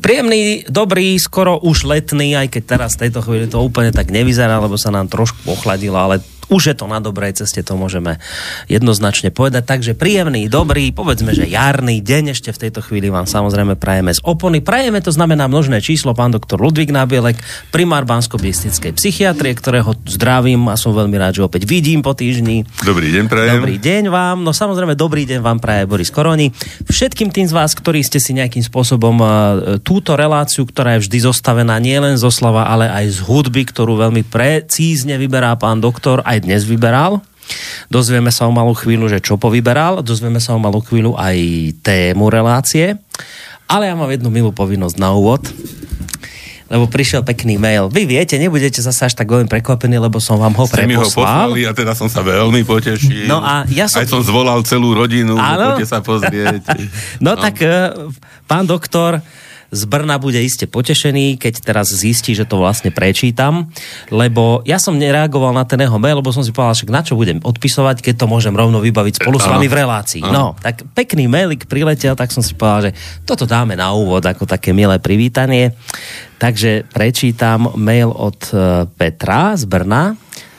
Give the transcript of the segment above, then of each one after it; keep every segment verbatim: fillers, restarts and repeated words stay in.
Príjemný, dobrý, skoro už letný, aj keď teraz v tejto chvíli to úplne tak nevyzerá, lebo sa nám trošku ochladilo, ale už je to na dobrej ceste, to môžeme jednoznačne povedať. Takže príjemný, dobrý, povedzme, že jarný deň ešte v tejto chvíli vám samozrejme prajeme z Opony. Prajeme, to znamená množné číslo, pán doktor Ludvík Nábielek, primár Banskobystrickej psychiatrie, ktorého zdravím a som veľmi rád, že opäť vidím po týždni. Dobrý deň prajem. Dobrý deň vám, no samozrejme dobrý deň vám praje Boris Koroni. Všetkým tým z vás, ktorí ste si nejakým spôsobom túto reláciu, ktorá je vždy zostavená nielen zo slova, ale aj z hudby, ktorú veľmi precízne vyberá pán doktor, aj dnes vyberal. Dozvieme sa o malú chvíľu, že čo povyberal, dozvieme sa o malú chvíľu aj tému relácie. Ale ja mám jednu milú povinnosť na úvod, lebo prišiel pekný mail. Vy viete, nebudete zase až tak veľmi prekvapení, lebo som vám ho preposlal. Ste mi ho poslali a teda som sa veľmi potešil. No a ja som... Aj som zvolal celú rodinu, poďte sa pozrieť. no, no tak, pán doktor z Brna bude iste potešený, keď teraz zistí, že to vlastne prečítam, lebo ja som nereagoval na ten jeho mail, lebo som si povedal, že na čo budem odpisovať, keď to môžem rovno vybaviť spolu s vami v relácii. No, tak pekný mailik priletel, tak som si povedal, že toto dáme na úvod ako také milé privítanie. Takže prečítam mail od Petra z Brna.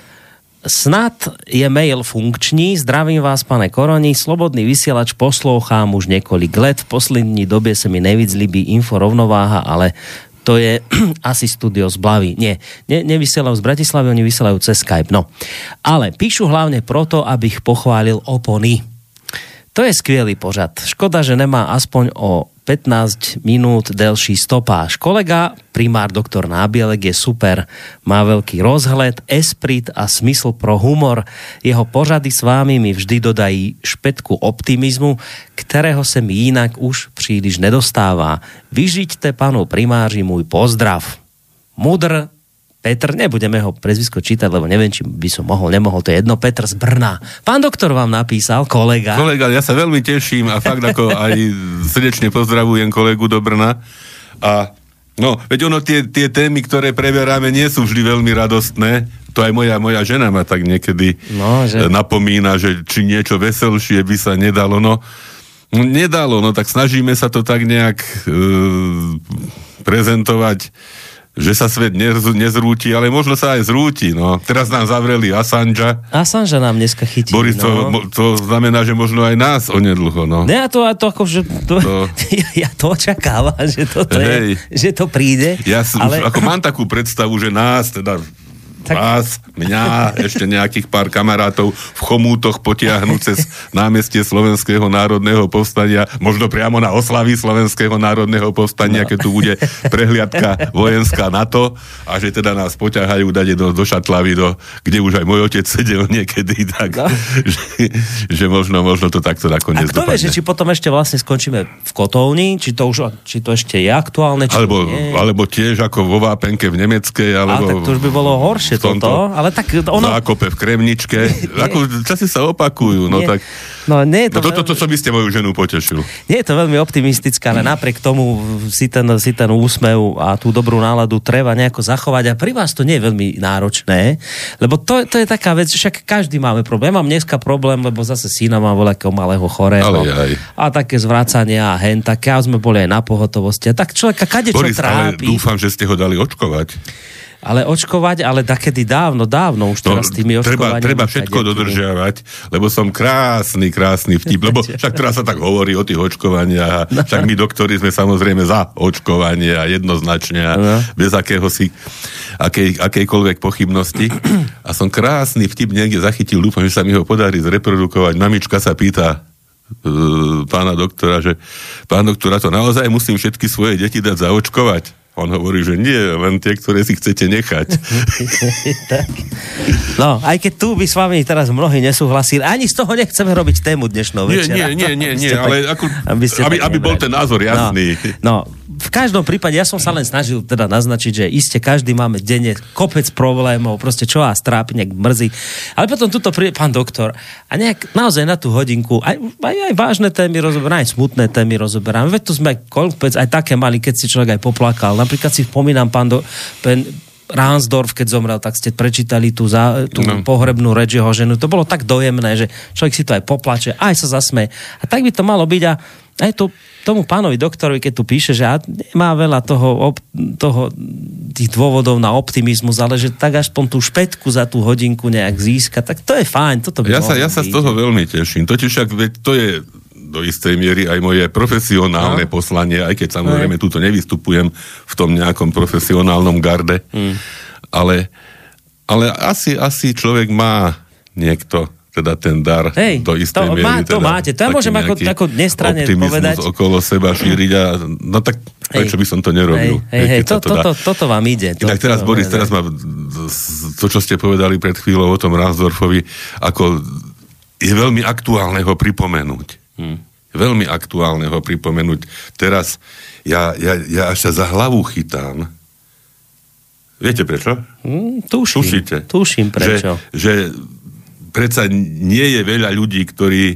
Snad je mail funkčný. Zdravím vás, pane Koroni. Slobodný vysielač poslouchám už niekoľko let. V poslední době se mi nejvíc líbí info rovnováha, ale to je asi studio z Blavy. Nie, ne, nevysielajú z Bratislavy, oni vysielajú cez Skype. No, ale píšu hlavne proto, abych pochválil Opony. To je skvělý pořad. Škoda, že nemá aspoň o pätnásť minút delší stopáž. Kolega, primár doktor Nábielek, je super. Má veľký rozhled, esprit a smysl pro humor. Jeho pořady s vámi mi vždy dodají špetku optimizmu, ktorého se mi jinak už příliš nedostává. Vyžiďte panu primáři môj pozdrav. Mudr Petr, nebudeme ho prezvisko čítať, lebo neviem, či by som mohol, nemohol, to je jedno, Petr z Brna. Pán doktor vám napísal, kolega. Kolega, ja sa veľmi teším a fakt ako aj srdečne pozdravujem kolegu do Brna. A no, veď ono, tie, tie témy, ktoré preberáme, nie sú vždy veľmi radostné. To aj moja, moja žena ma tak niekedy no, že... napomína, že či niečo veselšie by sa nedalo. No, nedalo, no tak snažíme sa to tak nejak e, prezentovať, že sa svet nezrúti, ale možno sa aj zrúti, no. Teraz nám zavreli Assangea. Assangea nám dneska chytí, Boris, to, no. to znamená, že možno aj nás onedlho, no. Ne, ja to, to ako, že to, to... Ja, ja to očakávam, že to, to je, že to príde. Ja ale... už, ako mám takú predstavu, že nás, teda tak... vás, mňa, ešte nejakých pár kamarátov v chomútoch potiahnu cez námestie Slovenského národného povstania, možno priamo na oslavy Slovenského národného povstania, no. Keď tu bude prehliadka vojenská NATO a že teda nás poťahajú dať do, do Šatlavy, do, kde už aj môj otec sedel niekedy, tak no. že, že možno, možno to takto nakoniec dopadne. A kto vie, že či potom ešte vlastne skončíme v Kotovni, či to už či to ešte je aktuálne, či alebo, nie. Alebo tiež ako vo Vápenke v Nemeckej, alebo... A tak to už by bolo horšie toto, ale tak ono... Zákope v Kremničke. Ako časy sa opakujú, no nie, tak... No nie je to... No toto to, to, to by ste moju ženu potešil. Nie je to veľmi optimistické, ale napriek tomu si ten, si ten úsmev a tú dobrú náladu treba nejako zachovať a pri vás to nie je veľmi náročné, lebo to, to je taká vec, však každý máme problém. Ja mám dneska problém, lebo zase syna mám voľakého malého chorého. A také zvracania a hen, také a sme boli aj na pohotovosti. A tak človeka kadečo Boris, trápi. Ale dúfam, že ste ho dali očkovať. Ale očkovať, ale takedy dávno, dávno už teraz no, tými očkovaniami. Treba, treba všetko dodržiavať, lebo som krásny, krásny vtip, lebo však teraz sa tak hovorí o tých očkovaniach, no. Však my doktori sme samozrejme za očkovanie a jednoznačne a no. Bez akéhosi, akej, akejkoľvek pochybnosti. A som krásny vtip niekde zachytil, dúfam, že sa mi ho podarí zreprodukovať. Mamička sa pýta uh, pána doktora, že pán doktora, to naozaj musím všetky svoje deti dať zaočkovať? On hovorí, že nie, len tie, ktoré si chcete nechať. Tak. No, aj keď tu by s vami teraz mnohí nesúhlasili, ani z toho nechceme robiť tému dnešnou večera. Nie, nie, nie, nie, ale tak, ako, aby, aby, aby bol ten názor jasný. No, no, v každom prípade, ja som sa len snažil teda naznačiť, že iste každý máme denne kopec problémov, proste čo vás trápi, nejak mrzí. Ale potom tuto príde pán doktor a nejak naozaj na tú hodinku aj, aj, aj vážne témy rozoberáme, aj smutné témy rozoberáme. Veď tu sme kopec aj také mali, keď si človek aj poplakal. Napríklad si spomínam, pán do, pen, Ransdorf, keď zomrel, tak ste prečítali tú, za, tú no. pohrebnú reč jeho ženu. To bolo tak dojemné, že človek si to aj poplače, aj sa zasmeje. A tak by to malo byť a aj to, tomu pánovi doktorovi, keď tu píše, že má veľa toho, toho tých dôvodov na optimizmus, ale že tak aspoň tú špätku za tú hodinku nejak získa, tak to je fajn. Toto by ja sa, ja sa z toho veľmi teším. Totiž však to je do istej miery aj moje profesionálne no. poslanie, aj keď samozrejme túto nevystupujem v tom nejakom profesionálnom garde. Hmm. Ale, ale asi, asi človek má niekto teda ten dar Hej, do istej to, miery. Má, to teda máte. To ja môžem ako, ako nestranne povedať. Okolo seba šíriť a no tak prečo by som to nerobil? Hej, hej, hej to, to, to, toto vám ide. To, tak teraz, to, Boris, teraz ma to, čo ste povedali pred chvíľou o tom Ransdorfovi, ako je veľmi aktuálne ho pripomenúť. Hmm. Veľmi aktuálne ho pripomenúť. Teraz ja, ja, ja až sa za hlavu chytám. Viete prečo? Hmm, tuším. Tušíte? Tuším prečo. Že, že predsa nie je veľa ľudí, ktorí e,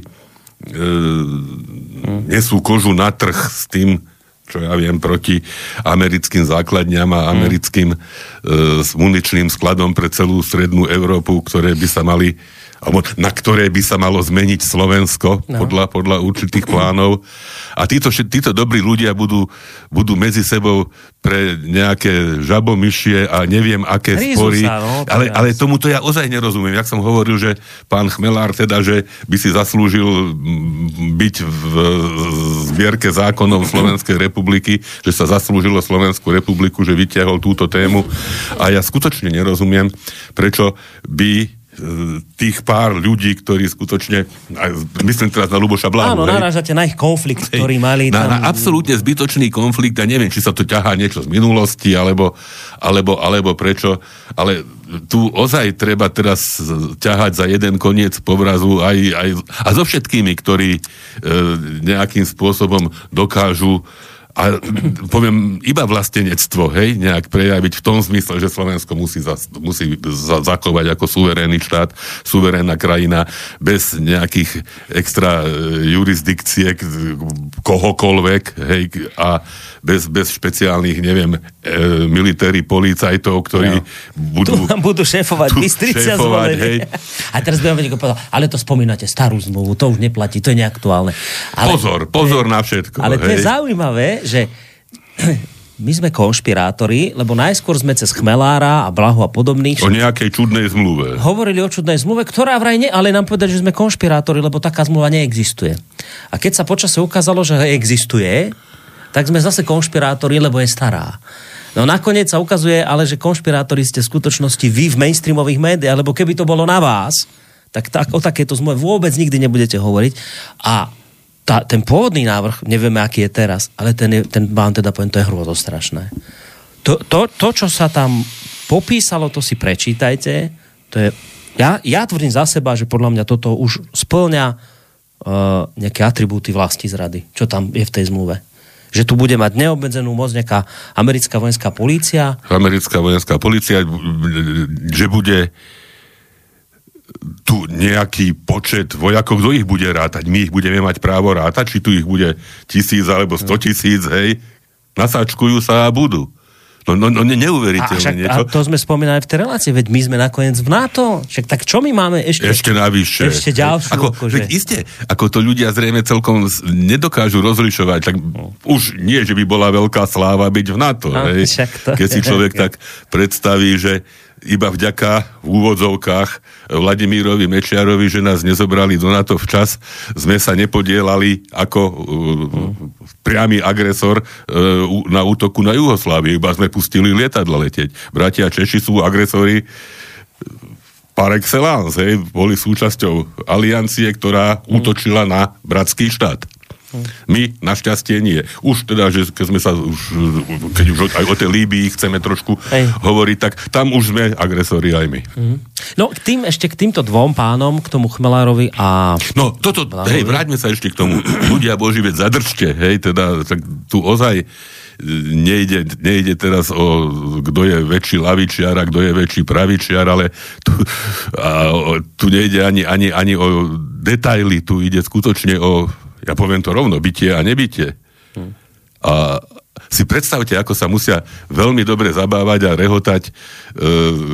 hmm. nesú kožu na trh s tým, čo ja viem, proti americkým základňam a americkým hmm. e, s muničným skladom pre celú strednú Európu, ktoré by sa mali alebo na ktoré by sa malo zmeniť Slovensko no. podľa, podľa určitých plánov. A títo, títo dobrí ľudia budú, budú medzi sebou pre nejaké žabomyšie a neviem aké Hrízu spory. Sa, no, ale, ale tomuto ja ozaj nerozumiem. Jak som hovoril, že pán Chmelár teda, že by si zaslúžil byť v zbierke zákonov Slovenskej republiky, že sa zaslúžilo Slovenskú republiku, že vytiahol túto tému. A ja skutočne nerozumiem, prečo by tých pár ľudí, ktorí skutočne, myslím teraz na Ľuboša Blahu. Áno, narážate na ich konflikt, ktorý mali na, tam. Na absolútne zbytočný konflikt a neviem, či sa to ťahá niečo z minulosti, alebo, alebo, alebo prečo, ale tu ozaj treba teraz ťahať za jeden koniec povrazu aj, aj, a so všetkými, ktorí e, nejakým spôsobom dokážu a poviem, iba vlastenectvo, hej, nejak prejaviť v tom zmysle, že Slovensko musí, za, musí za, zachovať ako suverénny štát, suverénna krajina, bez nejakých extra e, jurisdikcie kohokoľvek, hej, a bez, bez špeciálnych, neviem, e, militéri, policajtov, ktorí no. budú... Tu nám budú šéfovať Bystrica zvolení. A teraz by vám niekto povedal, ale to spomínate starú zmluvu, to už neplatí, to je neaktuálne. Ale, pozor, pozor na všetko. Ale to hej. je zaujímavé, že my sme konšpirátori, lebo najskôr sme cez Chmelára a Blahu a podobných... O nejakej čudnej zmluve. Hovorili o čudnej zmluve, ktorá vraj nie, ale nám povedali, že sme konšpirátori, lebo taká zmluva neexistuje. A keď sa počasie ukázalo, že existuje, tak sme zase konšpirátori, lebo je stará. No nakoniec sa ukazuje, ale že konšpirátori ste v skutočnosti vy v mainstreamových médiách, lebo keby to bolo na vás, tak, tak o takéto zmluve vôbec nikdy nebudete hovoriť. A Tá, ten pôvodný návrh, nevieme, aký je teraz, ale ten, je, ten vám teda poviem, to je hrozostrašné. To, to, to, čo sa tam popísalo, to si prečítajte. To je, ja, ja tvrdím za seba, že podľa mňa toto už spĺňa uh, nejaké atribúty vlasti zrady, čo tam je v tej zmluve. Že tu bude mať neobmedzenú moc nejaká americká vojenská polícia. Americká vojenská polícia, že bude tu nejaký počet vojakov, kto ich bude rátať? My ich budeme mať právo rátať? Či tu ich bude tisíc alebo sto tisíc, hej? Nasáčkujú sa a budú. No, no, no neuveriteľné a, však, niečo. A to sme spomínali v tej relácii, veď my sme nakoniec v NATO. Však tak čo my máme ešte? Ešte navyše. Ešte ďalšiu. Ako, veď iste, ako to ľudia zrejme celkom nedokážu rozlišovať. Tak no. Už nie, že by bola veľká sláva byť v NATO. No, hej? To keď si človek je. Tak predstaví, že iba vďaka v úvodzovkách Vladimírovi Mečiarovi, že nás nezobrali do NATO včas, sme sa nepodielali ako uh, priamy agresor uh, na útoku na Jugosláviu. Iba sme pustili lietadlo letieť. Bratia Češi sú agresori par excellence, hej, boli súčasťou aliancie, ktorá útočila na bratský štát. My, našťastie, nie. Už teda, že keď sme sa už, keď už aj o tej Líbii chceme trošku Hej. hovoriť, tak tam už sme agresori aj my. Mm. No, k tým, ešte k týmto dvom pánom, k tomu Chmelárovi a... No, toto, Blahovi. Hej, vráťme sa ešte k tomu. Ľudia Boží, veď zadržte, hej, teda, tak tu ozaj nejde, nejde teraz o kto je väčší lavičiar a kto je väčší pravičiar, ale tu, a, o, tu nejde ani, ani, ani o detaily, tu ide skutočne o, ja poviem to rovno, bytie a nebytie. Hmm. A si predstavte, ako sa musia veľmi dobre zabávať a rehotať e,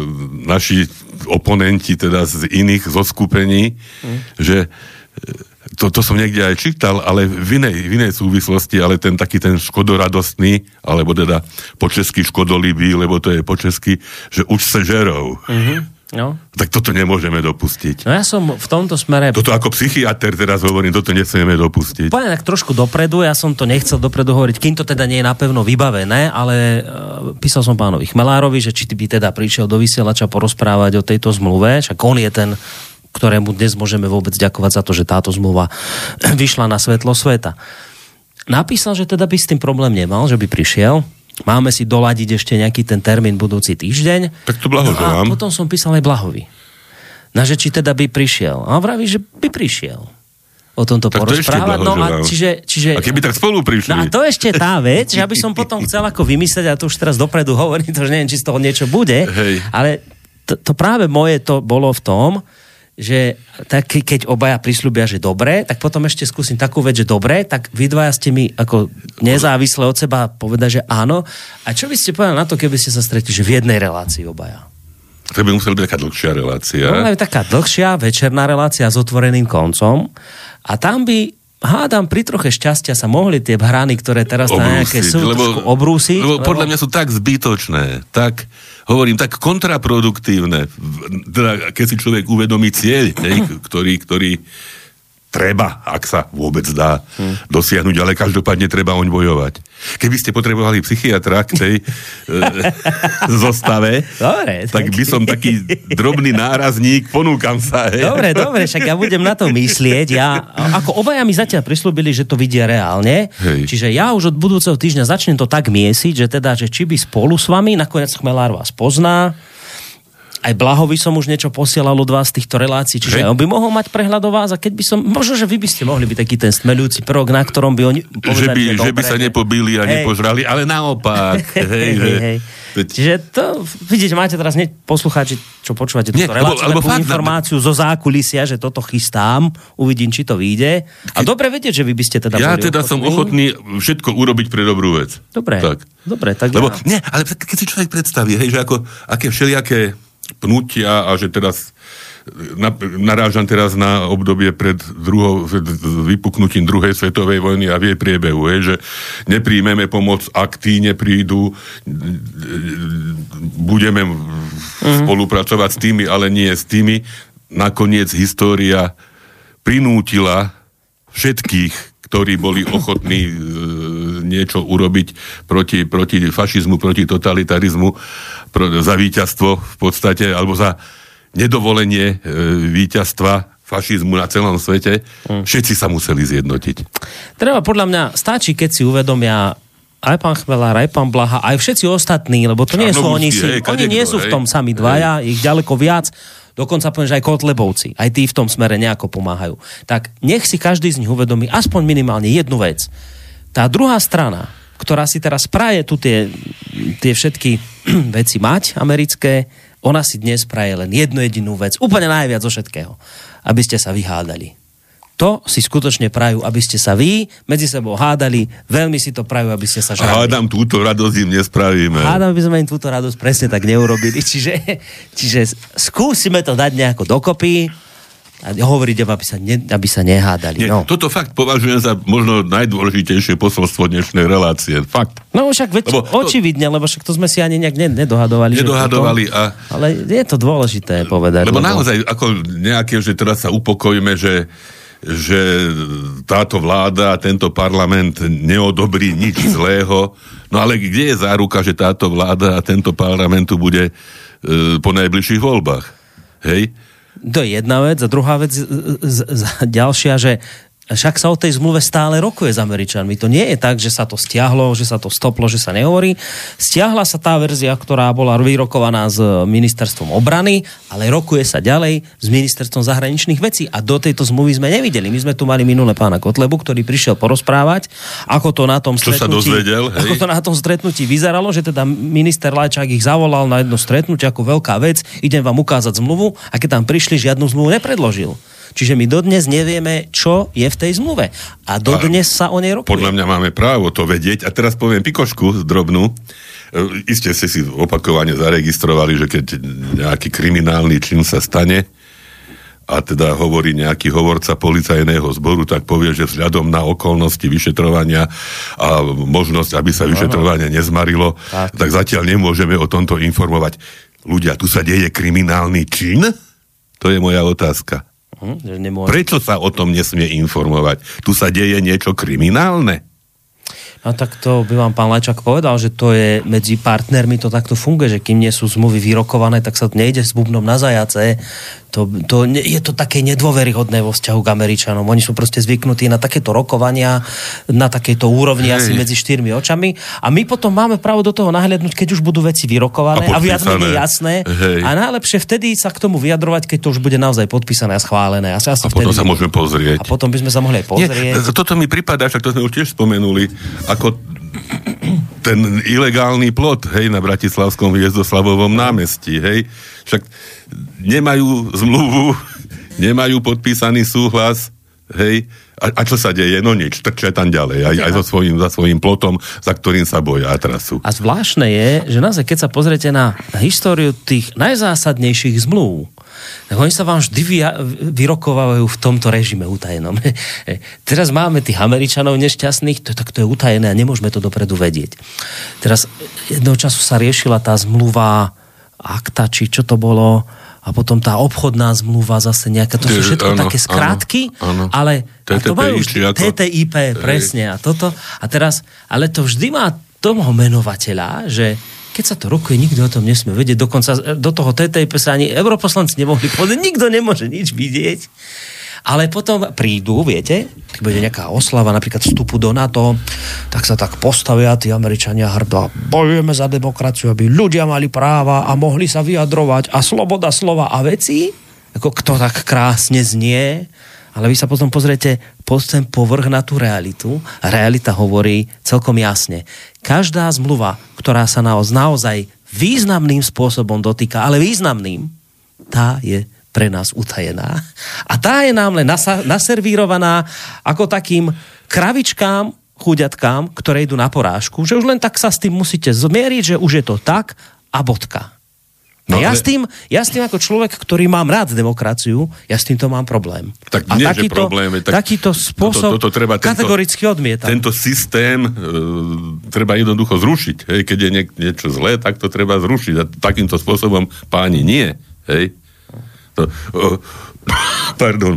naši oponenti teda z iných zoskupení, hmm. že to, to som niekde aj čítal, ale v inej, v inej súvislosti, ale ten taký ten škodoradostný, alebo teda po česky škodolibý, lebo to je po česky, že už se žerou. Mm-hmm. No. Tak toto nemôžeme dopustiť. No ja som v tomto smere... Toto ako psychiater teraz hovorím, toto nesmieme dopustiť. Poviem tak trošku dopredu, ja som to nechcel dopredu hovoriť, kým to teda nie je napevno vybavené, ale uh, písal som pánovi Chmelárovi, že či by teda prišiel do vysielača porozprávať o tejto zmluve, však on je ten, ktorému dnes môžeme vôbec ďakovať za to, že táto zmluva vyšla na svetlo sveta. Napísal, že teda by s tým problém nemal, že by prišiel. Máme si doladiť ešte nejaký ten termín budúci týždeň. Tak to blahoželám. No a potom som písal aj Blahovi. Na že či teda by prišiel. A on vraví, že by prišiel o tomto tak porozprávať. To no a čiže, čiže... A keby tak spolu prišli. No a to ešte tá vec, že aby som potom chcel ako vymyslieť, a to už teraz dopredu hovorím, to už neviem, či z toho niečo bude, hej. Ale to, to práve moje to bolo v tom, že tak, keď obaja prisľúbia, že dobre, tak potom ešte skúsim takú vec, že dobre, tak vy dvaja ste mi ako nezávisle od seba povedať, že áno. A čo by ste povedali na to, keby ste sa stretli, že v jednej relácii obaja? To by musela byť taká dlhšia relácia. No, aj taká dlhšia, večerná relácia s otvoreným koncom. A tam by, hádam, pri troche šťastia sa mohli tie hrany, ktoré teraz na nejaké sú, trošku obrúsiť. Lebo, lebo podľa mňa sú tak zbytočné, tak... Hovorím, tak kontraproduktívne, teda keď si človek uvedomí cieľ, hej, ktorý, ktorý treba, ak sa vôbec dá hmm. dosiahnuť, ale každopádne treba oň bojovať. Keby ste potrebovali psychiatra k tej e, zostave, dobre, tak by som taký drobný nárazník, ponúkam sa. Hej. Dobre, dobre, však ja budem na to myslieť. Ja, ako obaja mi zatiaľ prisľúbili, že to vidia reálne, hej. Čiže ja už od budúceho týždňa začnem to tak miesiť, že teda, že či by spolu s vami, nakoniec Chmelár vás pozná, aj Blahovi som už niečo posielal od vás z týchto relácií, čiže hej. On by mohol mať prehľad o vás a keď by som, možno, že vy by ste mohli byť taký ten smeľujúci prvok, na ktorom by oni povedali, že by, že, že by sa nepobili a hej. nepožrali, ale naopak. hej, hej, hej, hej. Čiže to, vidíte, máte teraz nie poslucháči, čo počúvate túto reláciu, alebo fakt, informáciu zo zákulisia, že toto chystám, uvidím, či to vyjde. A dobre vedieť, že vy by ste teda ja boli teda ochotní. Som ochotný všetko urobiť pre dobrú vec. Dobre, tak. dobre, tak Lebo, ja. Nie, ale keď si človek predstaví, hej, že ako, aké všelijaké pnutia a že teraz na, narážam teraz na obdobie pred druhou, vypuknutím druhej svetovej vojny a v jej priebehu, hej, že nepríjmeme pomoc, ak tí neprídu, budeme mm-hmm. spolupracovať s tými, ale nie s tými. Nakoniec história prinútila všetkých, ktorí boli ochotní niečo urobiť proti, proti fašizmu, proti totalitarizmu, pro, za víťazstvo v podstate, alebo za nedovolenie e, víťazstva fašizmu na celom svete. Mm. Všetci sa museli zjednotiť. Treba podľa mňa, stačí, keď si uvedomia aj pán Chmelár, aj pán Blaha, aj všetci ostatní, lebo to nie sú oni, si, hej, oni nie sú v tom sami dvaja, hej. Ich ďaleko viac. Dokonca poviem, že aj Kotlebovci, aj tí v tom smere nejako pomáhajú. Tak nech si každý z nich uvedomí aspoň minimálne jednu vec. Tá druhá strana, ktorá si teraz praje tu tie, tie všetky veci mať americké, ona si dnes praje len jednu jedinú vec, úplne najviac zo všetkého, aby ste sa vyhádali. To si skutočne prajú, aby ste sa vy medzi sebou hádali, veľmi si to prajú, aby ste sa žrali. A hádam, túto radosť im nespravíme. Hádam, aby sme im túto radosť presne tak neurobili. Čiže, čiže skúsime to dať nejako dokopy a hovoriť, aby sa, ne, aby sa nehádali. Nie, no. Toto fakt považujem za možno najdôležitejšie posolstvo dnešnej relácie. Fakt. No však veď lebo očividne, lebo však to sme si ani nejak nedohadovali. Nedohadovali a... Ale je to dôležité povedať. Lebo, lebo naozaj, ako nejaké, že teraz sa upokojíme, že že táto vláda a tento parlament neodobrí nič zlého. No ale kde je záruka, že táto vláda a tento parlamentu bude e, po najbližších voľbách? Hej? To je jedna vec. A druhá vec, z, z, z, ďalšia, že však sa o tej zmluve stále rokuje s Američanmi. To nie je tak, že sa to stiahlo, že sa to stoplo, že sa nehovorí. Stiahla sa tá verzia, ktorá bola vyrokovaná s ministerstvom obrany, ale rokuje sa ďalej s ministerstvom zahraničných vecí. A do tejto zmluvy sme nevideli. My sme tu mali minule pána Kotlebu, ktorý prišiel porozprávať, ako to na tom Čo stretnutí, sa dozvedel, hej? ako to na tom stretnutí vyzeralo, že teda minister Lajčák ich zavolal na jedno stretnutie ako veľká vec, idem vám ukázať zmluvu, a keď tam prišli, žiadnu zmluvu nepredložil. Čiže my dodnes nevieme, čo je v tej zmluve. A dodnes sa o nej rokuje. Podľa mňa máme právo to vedieť. A teraz poviem pikošku drobnú. Iste ste si opakovane zaregistrovali, že keď nejaký kriminálny čin sa stane a teda hovorí nejaký hovorca policajného zboru, tak povie, že vzhľadom na okolnosti vyšetrovania a možnosť, aby sa vyšetrovanie nezmarilo, tak. tak zatiaľ nemôžeme o tomto informovať. Ľudia, tu sa deje kriminálny čin? To je moja otázka. Hm, Prečo sa o tom nesmie informovať? Tu sa deje niečo kriminálne? No tak to by vám pán Lajčák povedal, že to je medzi partnermi, to takto funguje, že kým nie sú zmluvy vyrokované, tak sa nejde s bubnom na zajace. To, to, je to také nedôveryhodné vo vzťahu k Američanom. Oni sú proste zvyknutí na takéto rokovania, na takéto úrovni Hej. asi medzi štyrmi očami. A my potom máme právo do toho nahliadnúť, keď už budú veci vyrokované a, a viac menej jasné. Hej. A najlepšie vtedy sa k tomu vyjadrovať, keď to už bude naozaj podpísané a schválené. Asi, asi a potom sa môžeme pozrieť. A potom by sme sa mohli aj pozrieť. Nie, toto mi pripadá, však to sme už tiež spomenuli, ako ten ilegálny plot, hej, na Bratislavskom Hviezdoslavovom námestí, hej. Však nemajú zmluvu, nemajú podpísaný súhlas, hej. A, a čo sa deje? No nič, trčia tam ďalej, aj, aj so svojím, za svojím plotom, za ktorým sa boja a trasu. A zvláštne je, že naozaj, keď sa pozriete na, na históriu tých najzásadnejších zmluv, tak oni sa vám vždy vy, vyrokovávajú v tomto režime utajenom. Teraz máme tých Američanov nešťastných, to, tak to je utajené a nemôžeme to dopredu vedieť. Teraz jedného času sa riešila tá zmluva akta, či čo to bolo, a potom tá obchodná zmluva zase nejaká, to sú všetko ano, také skrátky, ano, ano. ale T T P I, to majú vždy, ako... T T I P, presne, a toto. A teraz, ale to vždy má toho menovateľa, že keď sa to rokuje, nikto o tom nesmie vedieť, dokonca do toho T T I P sa ani europoslanci nemohli povedať, nikto nemôže nič vidieť. Ale potom prídu, viete, keď bude nejaká oslava, napríklad vstupu do NATO, tak sa tak postavia tí Američania hrdo. Bojujeme za demokraciu, aby ľudia mali práva a mohli sa vyjadrovať a sloboda slova a veci, ako kto tak krásne znie, ale vy sa potom pozriete pod ten povrch na tú realitu a realita hovorí celkom jasne. Každá zmluva, ktorá sa naozaj významným spôsobom dotýka, ale významným, tá je pre nás utajená. A tá je nám len nasa- naservírovaná ako takým kravičkám, chuďatkám, ktoré idú na porážku, že už len tak sa s tým musíte zmieriť, že už je to tak a bodka. No, ja, ale... s tým, ja s tým ako človek, ktorý mám rád demokraciu, ja s týmto mám problém. Tak a nie, takýto, že problémy. Tak takýto spôsob to, to, to treba, kategoricky tento, odmietam. Tento systém e, treba jednoducho zrušiť. Hej. Keď je niek, niečo zlé, tak to treba zrušiť. A takýmto spôsobom páni nie. Hej. To, oh, pardon,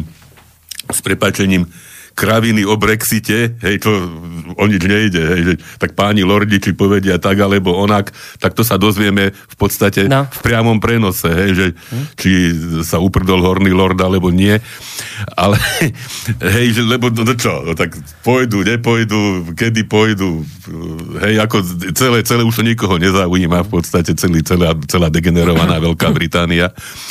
s prepáčením kraviny o Brexite, hej, to o nič nejde, hej, že, tak páni lordi, či povedia tak, alebo onak, tak to sa dozvieme v podstate no. v priamom prenose, hej, že hm? či sa uprdol horný lord, alebo nie, ale hej, že, lebo no čo, no tak pôjdu, nepôjdu, kedy pôjdu, hej, ako celé, celé už to nikoho nezaujíma, v podstate celý, celá, celá degenerovaná Veľká Británia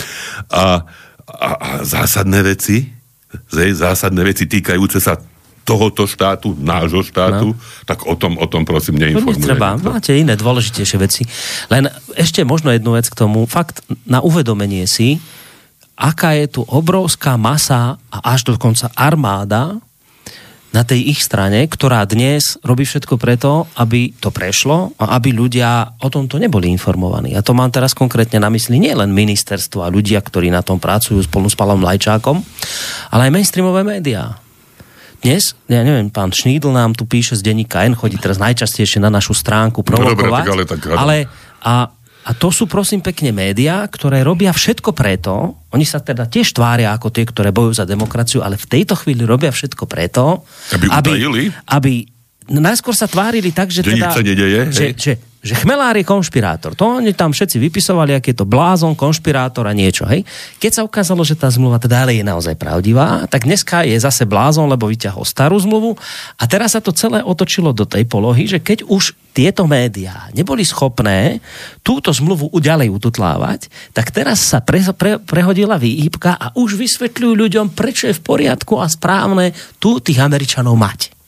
a, a, a zásadné veci zásadné veci týkajúce sa tohoto štátu, nášho štátu, no. tak o tom, o tom prosím neinformujete. Treba, máte iné dôležitejšie veci. Len ešte možno jednu vec k tomu, fakt na uvedomenie si, aká je tu obrovská masa a až dokonca armáda na tej ich strane, ktorá dnes robí všetko preto, aby to prešlo a aby ľudia o tomto neboli informovaní. A to mám teraz konkrétne na mysli nie len ministerstvo a ľudia, ktorí na tom pracujú spolu s Palom Lajčákom, ale aj mainstreamové médiá. Dnes, ja neviem, pán Šnídl nám tu píše z denníka N, chodí teraz najčastejšie na našu stránku provokovať, no, dobre, tak ale, tak, ale a A to sú, prosím, pekne médiá, ktoré robia všetko preto, oni sa teda tiež tvária ako tie, ktoré bojujú za demokraciu, ale v tejto chvíli robia všetko preto, aby utajili? Aby, aby no, najskôr sa tvárili tak, že, že teda, nič sa nedeje, že, že, že Chmelár je konšpirátor. To oni tam všetci vypisovali, aký je to blázon, konšpirátor a niečo, hej. Keď sa ukázalo, že tá zmluva teda ale je naozaj pravdivá, tak dneska je zase blázon, lebo vyťahol starú zmluvu a teraz sa to celé otočilo do tej polohy, že keď už tieto médiá neboli schopné túto zmluvu ďalej ututlávať, tak teraz sa pre, pre, prehodila výhybka a už vysvetľujú ľuďom, prečo je v poriadku a správne tu tých Američanov mať.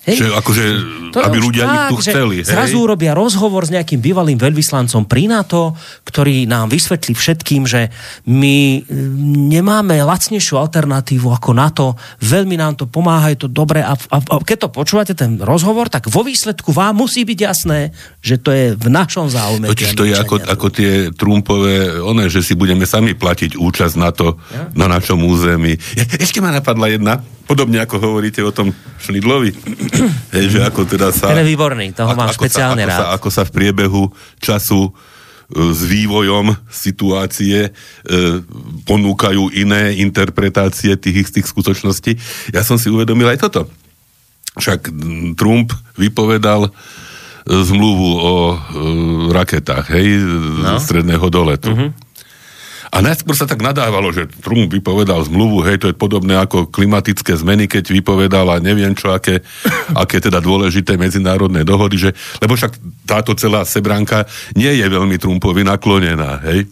Hej. Že akože, to aby ľudia tak, ich tu chceli. Hej. Zrazu urobia rozhovor s nejakým bývalým veľvyslancom pri NATO, ktorý nám vysvetlí všetkým, že my nemáme lacnejšiu alternatívu ako NATO, veľmi nám to pomáha, je to dobre a, a, a keď to počúvate, ten rozhovor, tak vo výsledku vám musí byť jasné, že to je v našom záujme. Totiž to je ako, ako tie Trumpové, one, že si budeme sami platiť účasť na to, ja? na našom území. Ešte ma napadla jedna, podobne ako hovoríte o tom Šmidlovi. Hej, že ako teda sa... Ten je výborný, toho mám špeciálne sa, ako rád. Sa, ako sa v priebehu času e, s vývojom situácie e, ponúkajú iné interpretácie tých istých skutočností. Ja som si uvedomil aj toto. Však Trump vypovedal zmluvu o e, raketách, hej, no. stredného doletu. Mm-hmm. A najskôr sa tak nadávalo, že Trump vypovedal zmluvu, hej, to je podobné ako klimatické zmeny, keď vypovedal a neviem čo, aké, aké teda dôležité medzinárodné dohody, že, lebo však táto celá sebranka nie je veľmi Trumpovi naklonená, hej.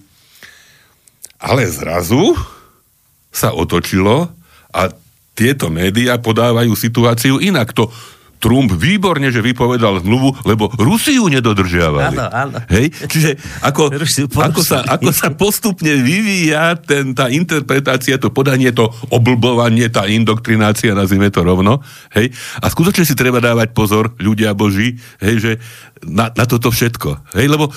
Ale zrazu sa otočilo a tieto médiá podávajú situáciu inak. To Trump výborne, že vypovedal zmluvu, lebo Rusiu nedodržiavali. Áno, áno. Hej? Čiže ako, ako, sa, ako sa postupne vyvíja ten, tá interpretácia, to podanie, to oblbovanie, tá indoktrinácia, nazvime to rovno. Hej? A skutočne si treba dávať pozor, ľudia Boží, hej, že na, na toto všetko. Hej? Lebo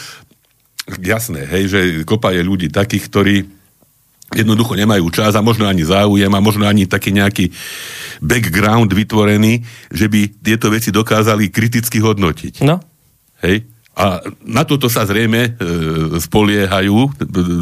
jasné, hej, že kopa je ľudí takých, ktorí jednoducho nemajú čas a možno ani záujem a možno ani taký nejaký background vytvorený, že by tieto veci dokázali kriticky hodnotiť. No. Hej? A na toto sa zrejme e, spoliehajú e,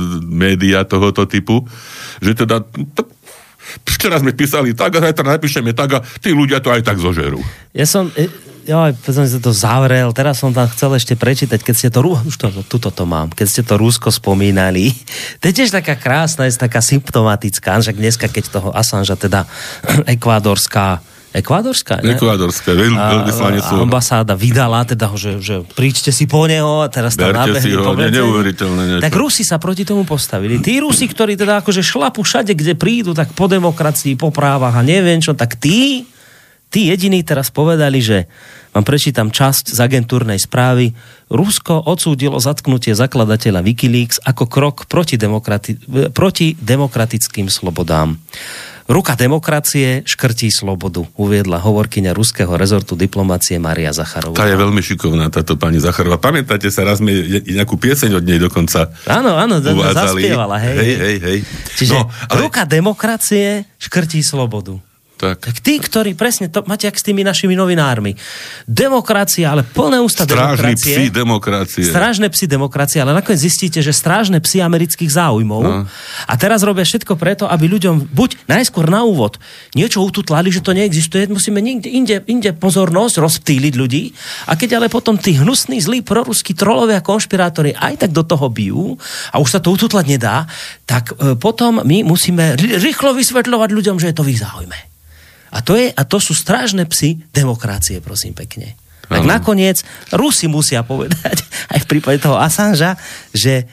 médiá tohoto typu, že teda t- včera sme písali tak a zajtra napíšeme tak a tí ľudia to aj tak zožerú. Ja som... E- Jo, som si to zavrel, teraz som tam chcel ešte prečítať, keď ste to, už to, tuto to mám, keď ste to Rusko spomínali. To je tiež taká krásna, je taká symptomatická, však dneska, keď toho Assangea, teda ekvádorská, ekvádorská, ne? Ekvádorská, veľ, veľvyslanectvo. Ambasáda vydala, teda, že, že príďte si po neho a teraz tam berte si ho, ne, neuveriteľné niečo. Tak Rusi sa proti tomu postavili. Tí Rusi, ktorí teda akože šlapu všade, kde prídu, tak po demokracii, po právach a neviem čo, tak tí Tí jediní teraz povedali, že vám prečítam časť z agentúrnej správy. Rusko odsúdilo zatknutie zakladateľa Wikileaks ako krok proti, demokrati- proti demokratickým slobodám. Ruka demokracie škrtí slobodu, uviedla hovorkyňa ruského rezortu diplomácie Maria Zacharová. Tá je veľmi šikovná, táto pani Zacharová. Pamätáte sa, raz sme nejakú pieseň od nej dokonca Áno, áno, uvádzali. Zaspievala, hej. Hej, hej, hej. Čiže no, ale... ruka demokracie škrtí slobodu. Tak. tak tí, ktorí presne to máte jak s tými našimi novinármi. Demokracia, ale plné ústa Strážni demokracie. psi demokracie. Strážne psi demokracie, ale nakoniec zistíte, že strážne psi amerických záujmov. No. A teraz robia všetko preto, aby ľuďom buď najskôr na úvod niečo ututlali, že to neexistuje, musíme niekde inde, inde pozornosť rozptýliť ľudí. A keď ale potom tí hnusní, zlí proruskí trolovia a konšpirátori aj tak do toho bijú a už sa to ututlať nedá, tak e, potom my musíme rýchlo vysvetľovať ľuďom, že je to v ich záujme. A to, je, a to sú strážne psi demokracie, prosím pekne. Tak ano. Nakoniec Rusi musia povedať, aj v prípade toho Assangea, že,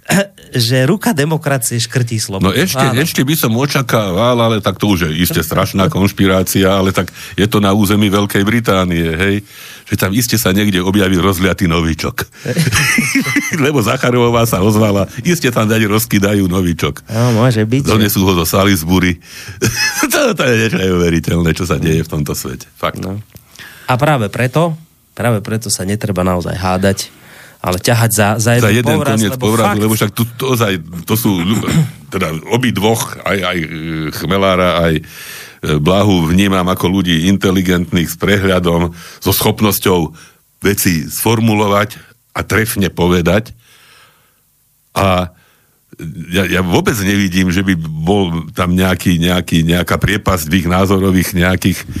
že ruka demokracie škrtí slobodu. No ešte, ešte by som očakával, ale tak to už je iste strašná konšpirácia, ale tak je to na území Veľkej Británie, hej, že tam iste sa niekde objaví rozliatý novičok. Lebo Zacharová sa ozvala, iste tam dať rozkydajú novičok. No, môže byť. Donesú ho do Salisbury. to, to je niečo neuveriteľné, čo sa deje v tomto svete. Fakt. No. A práve preto, práve preto sa netreba naozaj hádať, ale ťahať za, za, za jeden povraz, koniec lebo povrazu, fakt... lebo však tu, to, to, to sú teda obi dvoch, aj, aj Chmelára, aj Blahu vnímam ako ľudí inteligentných, s prehľadom, so schopnosťou veci sformulovať a trefne povedať. A ja, ja vôbec nevidím, že by bol tam nejaký, nejaký, nejaká priepasť v ich názorových nejakých e,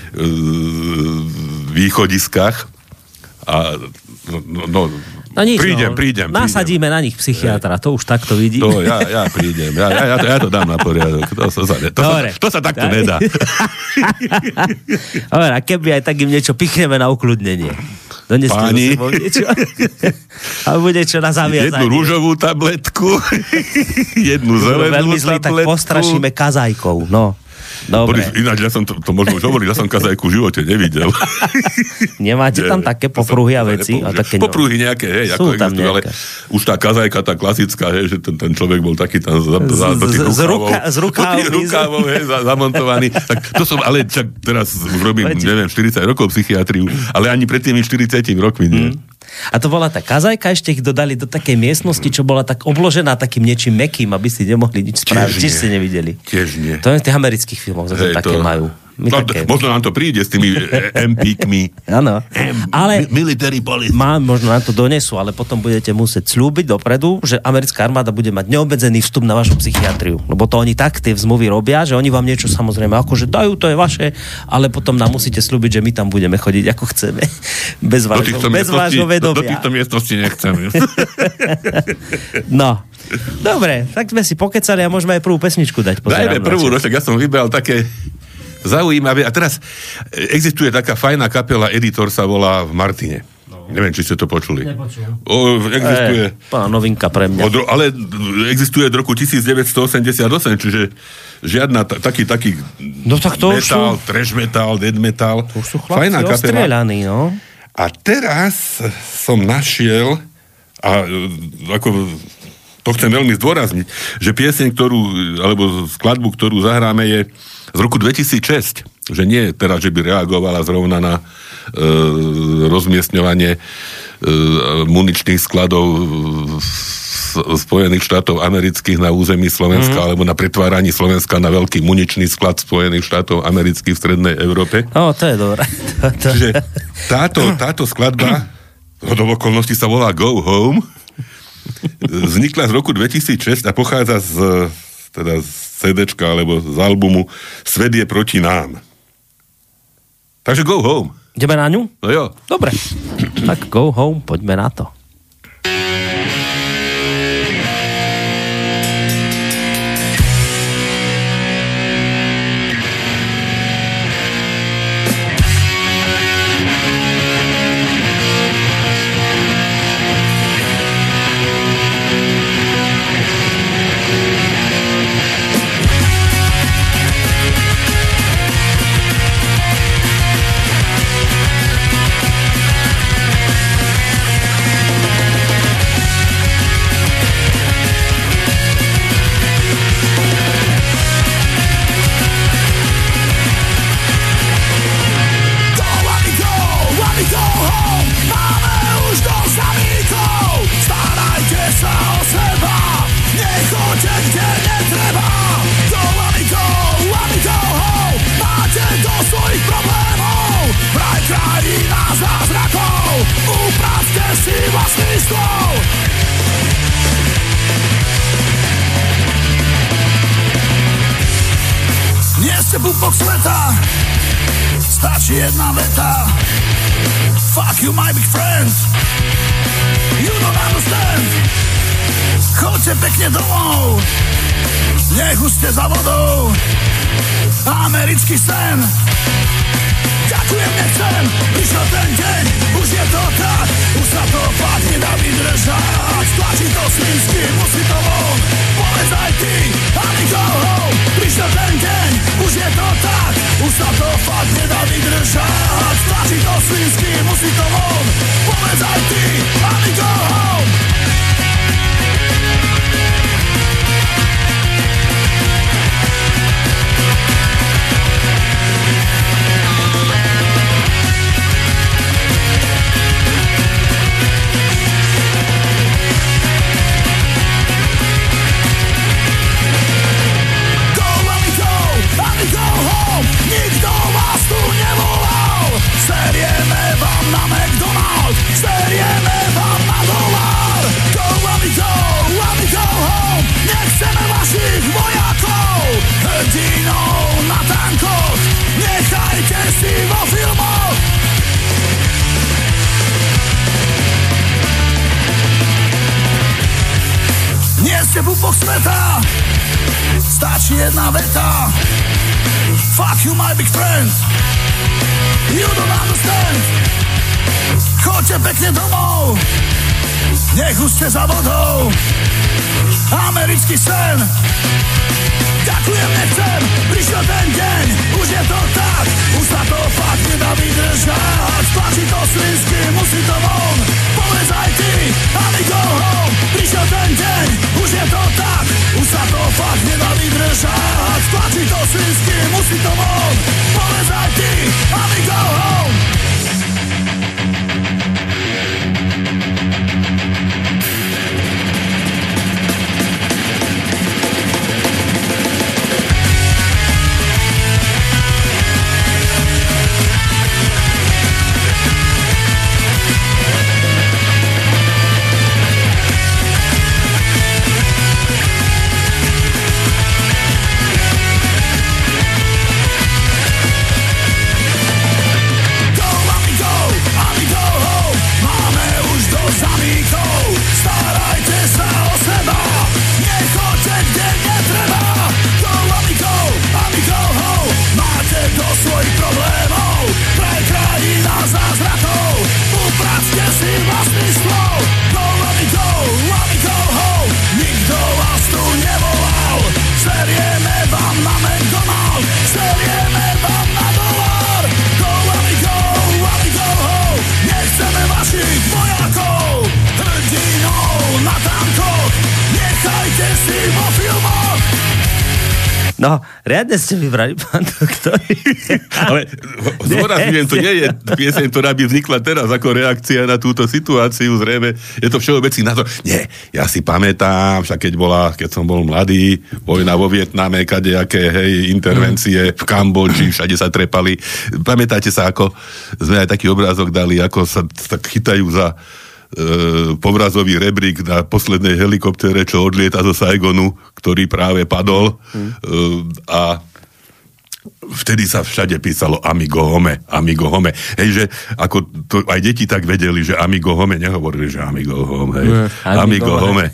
východiskách. A no, no No nič, prídem, no. prídem. Nasadíme prídem. na nich psychiatra, to už takto vidím. To ja, ja prídem, ja, ja, ja, to, ja to dám na poriadok. To, to, sa, to, sa, to sa takto tak. Nedá. Dobre, a keby aj tak im niečo pichneme na ukludnenie. Páni. Niečo. A bude čo na zaviazanie. Jednu rúžovú tabletku, jednu zelenú veľmi zlý, tabletku. Tak postrašíme kazajkou, no. Dobre. Ináč, ja som to, to možno už hovoril, ja som kazajku v živote nevidel. Nemáte tam také popruhy a veci? A také popruhy nejaké, hej, ako existujú, ale už tá kazajka, tá klasická, hej, že ten, ten človek bol taký tam za, za, za tých rukávov, z rukávov, rukávov hej, za, zamontovaný. Tak to som, ale čak teraz už robím, Veď. neviem, štyridsať rokov psychiatriu, ale ani pred tými štyridsiatimi rokmi nie. Hmm. A to bola tá kazajka, ešte ich dodali do takej miestnosti, čo bola tak obložená takým niečím mäkkým, aby si nemohli nič spraviť. Tiež ste nevideli. Tiež nie. To je v tých amerických filmoch, zase také to... majú. No, možno nám to príde s tými em píkmi. Áno. Ale military police. Má, možno nám to donesú, ale potom budete musieť slúbiť dopredu, že americká armáda bude mať neobmedzený vstup na vašu psychiatriu. Lebo to oni tak tie zmluvy robia, že oni vám niečo samozrejme akože dajú, to je vaše, ale potom nám musíte slúbiť, že my tam budeme chodiť ako chceme. Bez vášho, bez vášho vedomia. Do týchto miestností nechceme. No. Dobre, tak sme si pokecali a môžeme aj prvú pesničku dať. Dajme prvú, no, tak ja som vybral také zaujímavé. A teraz existuje taká fajná kapela, Editor sa volá v Martine. No. Neviem, či ste to počuli. Nepočul. O, existuje... E, pána novinka pre mňa. Od, ale existuje od roku devätnásťstoosemdesiatosem, čiže žiadna t- taký, taký no, tak to metal, sú... trash metal, dead metal. To sú chlapci ostrieľaní, no. A teraz som našiel a ako to chcem veľmi zdôrazniť, že pieseň, ktorú, alebo skladbu, ktorú zahráme, je z roku dvetisícšesť, že nie teraz, že by reagovala zrovna na e, rozmiestňovanie e, muničných skladov Spojených štátov amerických na území Slovenska, mm-hmm. alebo na pretváranie Slovenska na veľký muničný sklad Spojených štátov amerických v strednej Európe. No, to je dobré. Čiže táto, táto skladba hodou okolností sa volá Go Home, vznikla z roku dvetisícšesť a pochádza z teda z cé déčka alebo z albumu Svet je proti nám. Takže Go Home. Ideme na ňu? No jo. Dobre. Tak Go Home, poďme na to. Bubok sveta, stačí jedna veta. Fuck you my big friend, you don't understand. Choďte pekne domov, nech už ste za vodou. Americký sen, ďakujem, nechcem. Prišiel ten deň, už je to tak, už sa to fakt nedá vydržať. Tlačí to slinsky, musí to von, povedz aj ty, ani go home. Prišiel ten deň, už je to tak, už sa to fakt nedá vydržať. Tlačí to slinsky, musí to von, povedz aj ty, ani go home. Nikto vás tu nevolal, serieme vám na McDonald's, serieme vám na dolár. Go, let me go, let me go home, nechceme vašich vojakov, hrdinov na tankoch, nechajte si vo filmoch. Nie ste pupok sveta, stačí jedna veta. Fuck you my big friend, you don't understand. Choďte pekne domov, nech už ste za vodou. Americký sen, ďakujem, nechcem, prišiel ten deň, už je to tak, už sa to fakt nedá vydržať, tlačí to slinsky, musí to von, povedz aj ty, amigo home, prišiel ten deň, už je to tak, už sa to fakt nedá vydržať, tlačí to slinsky, musí to von, povedz aj ty, amigo home. No, riadne ste vybrali, pán doktor. Ale zdôrazňujem, to nie je pieseň, ktorá by vznikla teraz ako reakcia na túto situáciu, zrejme je to všeobecný názor. Nie, ja si pamätám, však keď bola, keď som bol mladý, vojna vo Vietname, kadejaké, hej, intervencie v Kambodži, všade sa trepali. Pamätáte sa, ako sme aj taký obrázok dali, ako sa tak chytajú za povrazový rebrík na poslednej helikoptére, čo odlieta zo Saigonu, ktorý práve padol hmm. a vtedy sa všade písalo amigo home, amigo home. Hej, že ako to aj deti tak vedeli, že amigo home, nehovorili, že amigo home, hej. Hmm, amigo, amigo home.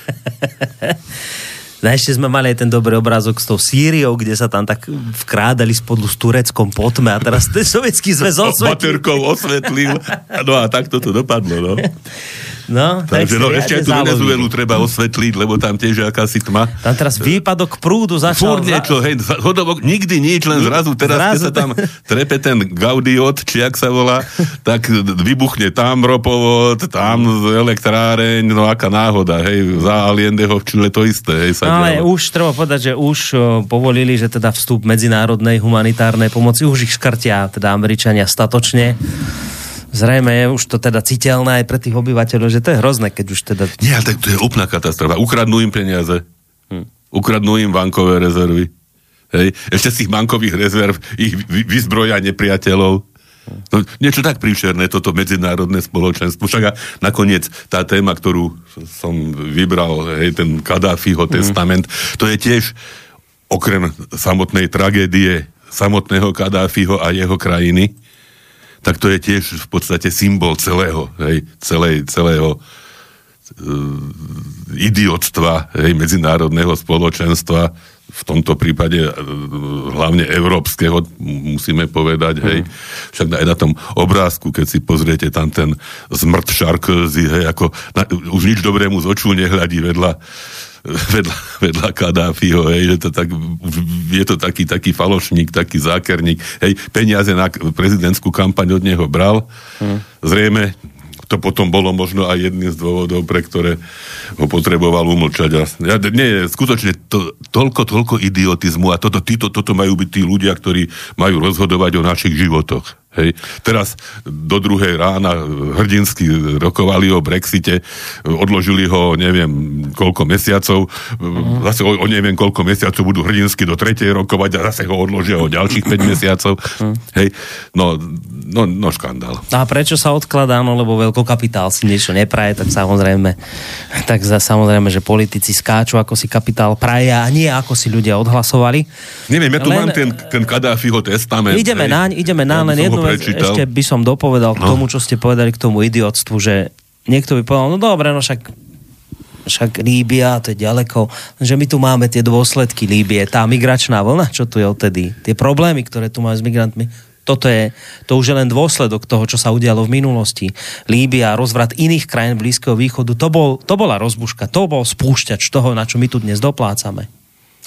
No ešte sme mali aj ten dobrý obrázok s tou Sýriou, kde sa tam tak vkrádali spodlu s Tureckom po tme a teraz ten sovietský zväz osvetlil. Baterkou osvetlil. No a tak to dopadlo, no. No, takže no, ešte aj tú Venezuelu treba osvetliť, lebo tam tiež je akási tma. Tam teraz výpadok prúdu začal. Fúr niečo, hej, hodovok, nikdy nič, len zrazu, teraz zrazu keď sa tam trepe ten Gaudiot, či jak sa volá, tak vybuchne tam ropovod, tam elektráreň, no aká náhoda, hej, za Allendeho v Čile to isté, hej, sa no, ale už treba povedať, že už o, povolili, že teda vstup medzinárodnej humanitárnej pomoci, už ich škrtia, teda Američania statočne. Zrejme je už to teda citeľné aj pre tých obyvateľov, že to je hrozné, keď už teda... Nie, ale tak to je úplná katastrofa. Ukradnú im peniaze. Hm. Ukradnú im bankové rezervy. Hej. Ešte z tých bankových rezerv ich vyzbroja nepriateľov. Hm. No, niečo tak príšerné, toto medzinárodné spoločenstvo. Však a nakoniec tá téma, ktorú som vybral, hej, ten Kadáfiho hm. testament, to je tiež okrem samotnej tragédie samotného Kadáfiho a jeho krajiny, tak to je tiež v podstate symbol celého, hej, celej, celého uh, idiotstva, hej, medzinárodného spoločenstva, v tomto prípade uh, hlavne európskeho, musíme povedať, hej. Mm. Však aj na tom obrázku, keď si pozriete tam ten zmrt Sarkozy, hej, ako na, už nič dobrému z očú nehľadí vedľa vedľa, vedľa Kadáfiho, hej, že to tak, je to taký, taký falošník, taký zákerník, hej, peniaze na prezidentskú kampaň od neho bral, hmm. zrejme to potom bolo možno aj jedným z dôvodov, pre ktoré ho potreboval umlčať. A, ja, nie, skutočne to, toľko, toľko idiotizmu a toto, títo, toto majú byť tí ľudia, ktorí majú rozhodovať o našich životoch. Hej. Teraz do druhej rána hrdinsky rokovali o Brexite, odložili ho neviem koľko mesiacov, uh-huh. zase o, o neviem koľko mesiacov budú hrdinsky do tretej rokovať a zase ho odložia o ďalších päť mesiacov. Uh-huh. Hej. No, no, no škandál. A prečo sa odkladá? No lebo veľkokapitál si niečo nepraje, tak samozrejme tak za, samozrejme, že politici skáču, ako si kapitál praje a nie ako si ľudia odhlasovali. Neviem, ja tu len, mám ten, ten Kadáfiho testament. Ideme hej. naň, ideme naň, len jednu vec, ešte by som dopovedal k tomu, čo ste povedali k tomu idiotstvu, že niekto by povedal, no dobre, no však však Líbia, to je ďaleko, že my tu máme tie dôsledky Líbie, tá migračná vlna, čo tu je odtedy, tie problémy, ktoré tu máme s migrantmi, toto je, to už je len dôsledok toho, čo sa udialo v minulosti. Líbia, rozvrat iných krajín Blízkeho východu, to, bol, to bola rozbuška, to bol spúšťač toho, na čo my tu dnes doplácame.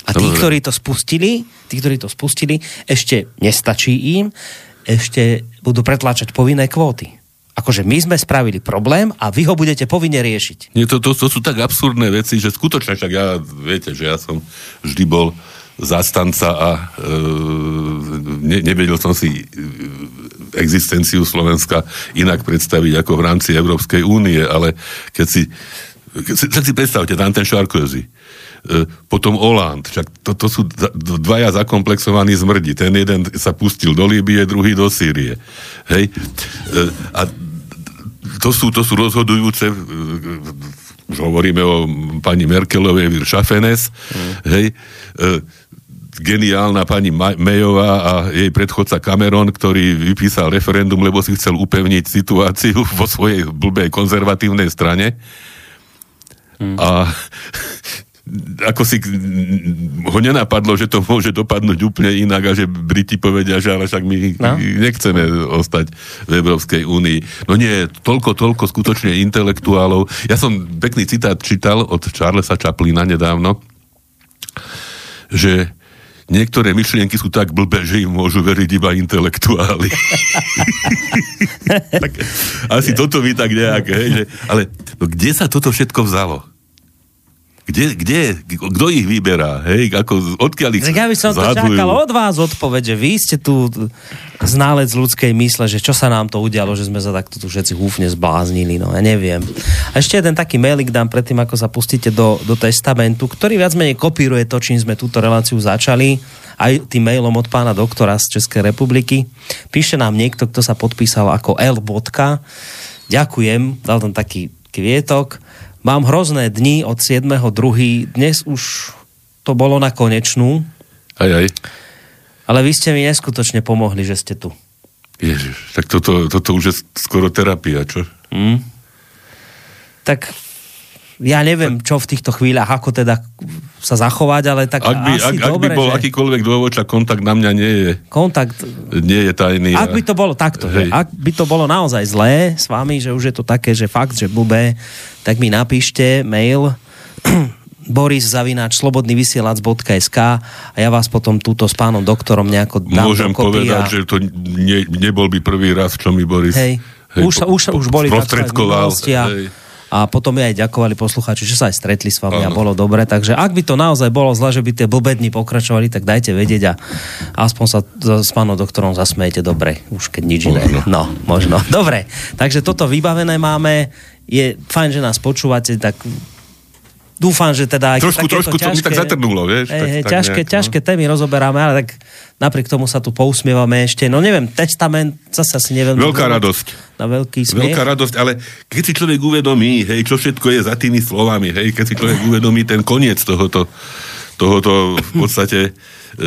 A tí, ktorí to spustili, tí, ktorí to spustili, ešte nestačí im, ešte budú pretláčať povinné kvóty. Akože my sme spravili problém a vy ho budete povinne riešiť. Nie, to, to, to sú tak absurdné veci, že skutočne, však ja, viete, že ja som vždy bol zastanca a e, ne, nevedel som si existenciu Slovenska inak predstaviť ako v rámci Európskej únie, ale keď si, keď si, keď si predstavte, tam ten Sarkozy, potom Hollande, však to, to sú dvaja zakomplexovaní zmrdi. Ten jeden sa pustil do Líbie, druhý do Sýrie. Hej? A to sú, to sú rozhodujúce, už hovoríme o pani Merkelovej, Wir schaffen es, mm. hej? Geniálna pani Mayová a jej predchodca Cameron, ktorý vypísal referendum, lebo si chcel upevniť situáciu vo svojej blbej konzervatívnej strane. Mm. A ako si ho nenapadlo, že to môže dopadnúť úplne inak a že Briti povedia, že ale však my no. nechceme ostať v Európskej únii. No nie, toľko, toľko skutočne intelektuálov. Ja som pekný citát čítal od Charlesa Chaplina nedávno, že niektoré myšlienky sú tak blbé, že im môžu veriť iba intelektuáli. Tak, asi toto by tak nejak, hej, že, ale no, kde sa toto všetko vzalo? Kde, kde, kto ich vyberá, hej, ako, odkiaľ ich zhadujú? Ja by som to čakal od vás odpoveď, že vy ste tu ználec ľudskej mysle, že čo sa nám to udialo, že sme sa takto tu všetci húfne zbláznili, no ja neviem. A ešte jeden taký mailik dám predtým, ako sa pustíte do, do testamentu, ktorý viac menej kopíruje to, čím sme túto reláciu začali, aj tým mailom od pána doktora z Českej republiky. Píše nám niekto, kto sa podpísal ako L. Ďakujem, dal tam taký kvietok. Mám hrozné dni od siedmeho druhého Dnes už to bolo na konečnú. Aj, aj. Ale vy ste mi neskutočne pomohli, že ste tu. Ježiš, tak toto, toto už je skoro terapia, čo? Mm. Tak ja neviem, čo v týchto chvíľach, ako teda sa zachovať, ale tak ak by, asi ak, dobre, ak by bol že... akýkoľvek dôvod, čak kontakt na mňa nie je. Kontakt... Nie je tajný. Ak by to bolo takto, že ak by to bolo naozaj zlé s vami, že už je to také, že fakt, že blbé, tak mi napíšte mail boris zavináč slobodnyvysielac bodka es ká a ja vás potom túto s pánom doktorom nejako dám Môžem dokopy povedať, a... že to ne, nebol by prvý raz, čo mi Boris hej, hej, už, po, už, po, už boli sprostredkoval. A potom mi aj ďakovali poslucháči, že sa aj stretli s vami ano. A bolo dobre. Takže ak by to naozaj bolo zle, že by tie blbedni pokračovali, tak dajte vedieť a aspoň sa s pánom doktorom zasmejete dobre, už keď nič iné. No, možno. Dobre, takže toto vybavené máme. Je fajn, že nás počúvate, tak dúfam, že teda... Trošku, trošku, to mi tak zatrnulo, vieš. Hej, tak, hej, tak ťažké, nejak, ťažké no. témy rozoberáme, ale tak napriek tomu sa tu pousmievame ešte. No neviem, testament, zase asi neviem... Veľká radosť. Na veľký smiech. Veľká radosť, ale keď si človek uvedomí, hej, čo všetko je za tými slovami, hej, keď si človek uvedomí ten koniec tohoto, tohoto v podstate... E,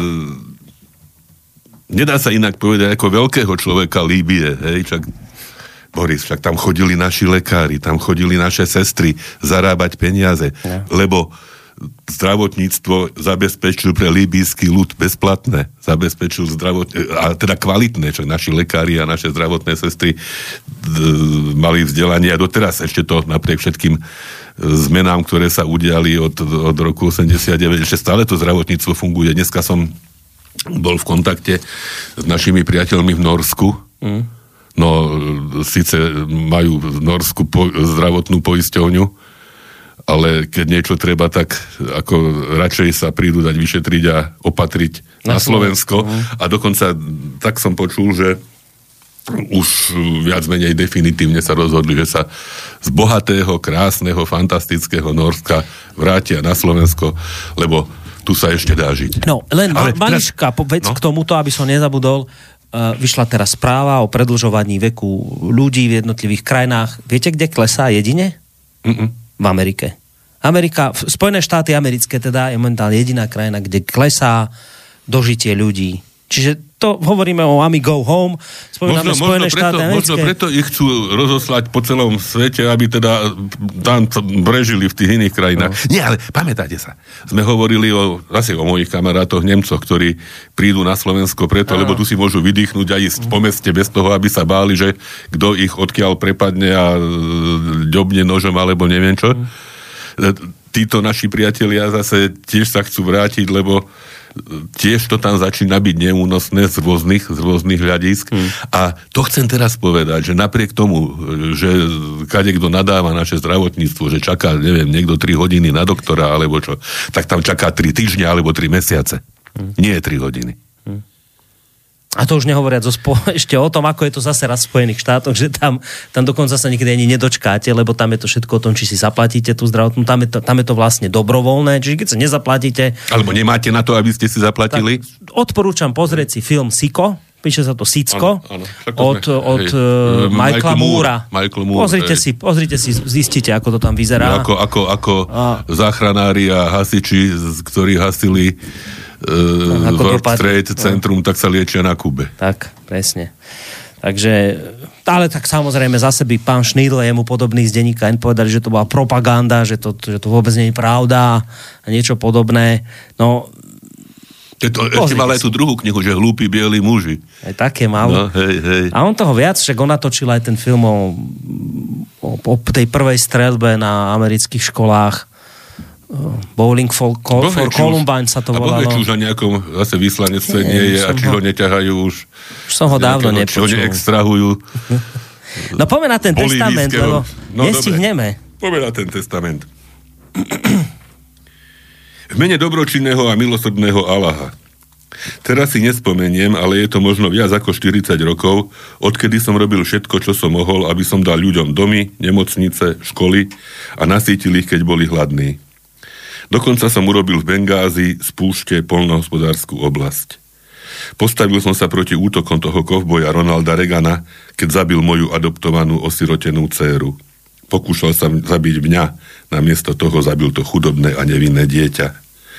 nedá sa inak povedať ako veľkého človeka Líbie, hej, čak... Boris, však tam chodili naši lekári, tam chodili naše sestry zarábať peniaze, ja. Lebo zdravotníctvo zabezpečil pre líbyjský ľud bezplatné, zabezpečil zdravot... a teda kvalitné, čo naši lekári a naše zdravotné sestry d- mali vzdelanie a doteraz ešte to napriek všetkým zmenám, ktoré sa udiali od, od roku osemdesiatdeväť, ešte stále to zdravotníctvo funguje. Dneska som bol v kontakte s našimi priateľmi v Norsku. Mm. No, síce majú v Norsku po, zdravotnú poisťovňu, ale keď niečo treba, tak ako radšej sa prídu dať vyšetriť a opatriť na, na Slovensko. Slovensko. A dokonca tak som počul, že už viac menej definitívne sa rozhodli, že sa z bohatého, krásneho, fantastického Norska vrátia na Slovensko, lebo tu sa ešte dá žiť. No, len malička vec no? k tomuto, aby som nezabudol. Vyšla teraz správa o predĺžovaní veku ľudí v jednotlivých krajinách. Viete, kde klesá jedine? Mm-mm. V Amerike. Amerika, Spojené štáty americké teda je momentálne jediná krajina, kde klesá dožitie ľudí. Čiže to hovoríme o Ami Go Home, spomíname možno, Spojené možno štáty preto, americké. Možno preto ich chcú rozoslať po celom svete, aby teda tam brežili v tých iných krajinách. No. Nie, ale pamätáte sa, sme hovorili o, zase o mojich kamarátoch Nemcoch, ktorí prídu na Slovensko preto, no. Lebo tu si môžu vydýchnuť a ísť po meste bez toho, aby sa báli, že kto ich odkiaľ prepadne a ďobne nožom alebo neviem čo. Mm. títo naši priatelia zase tiež sa chcú vrátiť, lebo tiež to tam začína byť neúnosné z rôznych, z rôznych hľadisk. Hmm. A to chcem teraz povedať, že napriek tomu, že kadekto nadáva naše zdravotníctvo, že čaká, neviem, niekto tri hodiny na doktora, alebo čo, tak tam čaká tri týždne, alebo tri mesiace. Hmm. Nie tri hodiny. Hmm. A to už nehovoriac o spo- ešte o tom, ako je to zase raz v Spojených štátoch, že tam, tam dokonca sa nikdy ani nedočkáte, lebo tam je to všetko o tom, či si zaplatíte tú zdravotnú, tam je to, tam je to vlastne dobrovoľné, čiže keď sa nezaplatíte... Alebo nemáte na to, aby ste si zaplatili? Odporúčam pozrieť si film Sicko, píše sa to Sicko, ano, ano, od, sme, od uh, Michaela Moora. Michael Moore, pozrite, si, pozrite si, zistite, ako to tam vyzerá. Ako, ako, ako a... záchranári a hasiči, ktorí hasili Uh, World Trade Centrum, no. Tak sa liečia na Kube. Tak, presne. Takže, ale tak samozrejme zase by pán Schneidl, jemu podobný z denníka N povedali, že to bola propaganda, že to, že to vôbec nie je pravda a niečo podobné. No, to, ešte mal aj tú druhú knihu, že Hlúpi bieli muži. Aj také mal. No, hej, hej. A on toho viac, však on natočil aj ten film o, o, o tej prvej streľbe na amerických školách. Bowling for, Col- for Columbine sa to volalo. A bohe, či už na nejakom zase vyslanectve nie, nie je a či ho, ho neťahajú už... Už som ho dávno nepočul. Či ho neextrahujú. No poďme na ten testament, lebo no, nestihneme. Poďme na ten testament. V mene dobročinného a milosrdného Allaha. Teraz si nespomeniem, ale je to možno viac ako štyridsať rokov, odkedy som robil všetko, čo som mohol, aby som dal ľuďom domy, nemocnice, školy a nasýtil ich, keď boli hladní. Dokonca som urobil v Bengázi z púšte poľnohospodárskú oblasť. Postavil som sa proti útokom toho kovboja Ronalda Reagana, keď zabil moju adoptovanú osirotenú dcéru. Pokúšal sa zabiť mňa, namiesto toho zabil to chudobné a nevinné dieťa.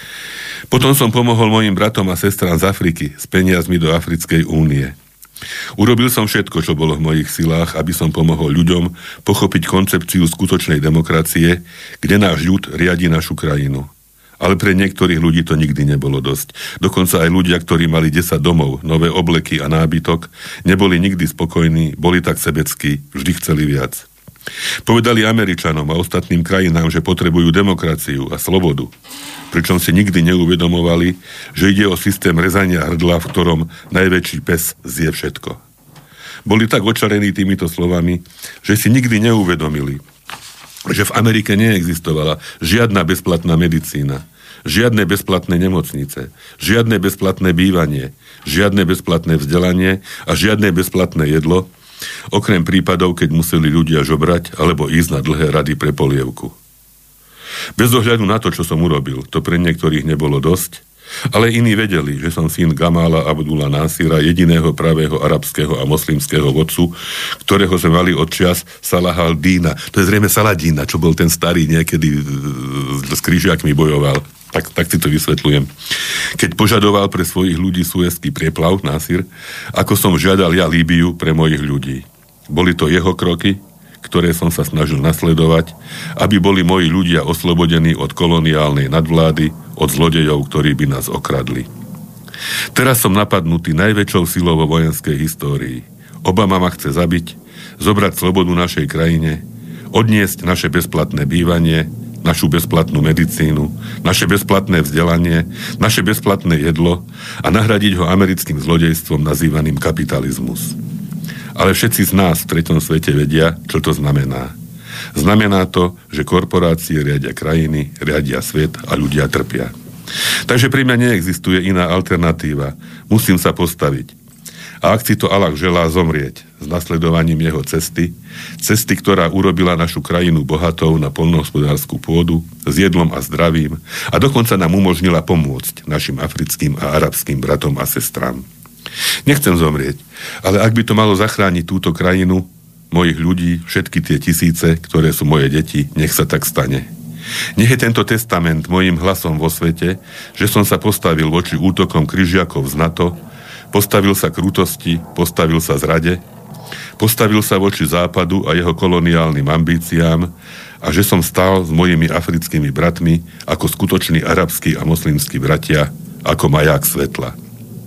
Potom som pomohol mojim bratom a sestrám z Afriky s peniazmi do Africkej únie. Urobil som všetko, čo bolo v mojich silách, aby som pomohol ľuďom pochopiť koncepciu skutočnej demokracie, kde náš ľud riadi našu krajinu. Ale pre niektorých ľudí to nikdy nebolo dosť. Dokonca aj ľudia, ktorí mali desať domov, nové obleky a nábytok, neboli nikdy spokojní, boli tak sebeckí, vždy chceli viac. Povedali Američanom a ostatným krajinám, že potrebujú demokraciu a slobodu. Pričom si nikdy neuvedomovali, že ide o systém rezania hrdla, v ktorom najväčší pes zje všetko. Boli tak očarení týmito slovami, že si nikdy neuvedomili, že v Amerike neexistovala žiadna bezplatná medicína, žiadne bezplatné nemocnice, žiadne bezplatné bývanie, žiadne bezplatné vzdelanie a žiadne bezplatné jedlo, okrem prípadov, keď museli ľudia žobrať alebo ísť na dlhé rady pre polievku. Bez ohľadu na to, čo som urobil, to pre niektorých nebolo dosť, ale iní vedeli, že som syn Gamala Abdula Násira, jediného pravého arabského a moslimského vodcu, ktorého sme mali od čias Salaha al-Dína. To je zrejme Saladína, čo bol ten starý niekedy s krížiakmi bojoval. Tak, tak si to vysvetľujem. Keď požadoval pre svojich ľudí Suezský prieplav, Násir, ako som žiadal ja Líbiu pre mojich ľudí. Boli to jeho kroky, ktoré som sa snažil nasledovať, aby boli moji ľudia oslobodení od koloniálnej nadvlády, od zlodejov, ktorí by nás okradli. Teraz som napadnutý najväčšou silou vo vojenskej histórii. Obama ma chce zabiť, zobrať slobodu našej krajine, odniesť naše bezplatné bývanie, našu bezplatnú medicínu, naše bezplatné vzdelanie, naše bezplatné jedlo a nahradiť ho americkým zlodejstvom nazývaným kapitalizmus. Ale všetci z nás v treťom svete vedia, čo to znamená. Znamená to, že korporácie riadia krajiny, riadia svet a ľudia trpia. Takže pri mňa neexistuje iná alternatíva. Musím sa postaviť. A ak si to Allah želá zomrieť s nasledovaním jeho cesty, cesty, ktorá urobila našu krajinu bohatou na poľnohospodárskú pôdu, s jedlom a zdravím a dokonca nám umožnila pomôcť našim africkým a arabským bratom a sestrám. Nechcem zomrieť, ale ak by to malo zachrániť túto krajinu, mojich ľudí, všetky tie tisíce, ktoré sú moje deti, nech sa tak stane. Nech je tento testament mojím hlasom vo svete, že som sa postavil voči útokom križiakov z NATO, postavil sa krutosti, postavil sa zrade, postavil sa voči Západu a jeho koloniálnym ambíciám a že som stál s mojimi africkými bratmi ako skutoční arabskí a moslimskí bratia, ako maják svetla.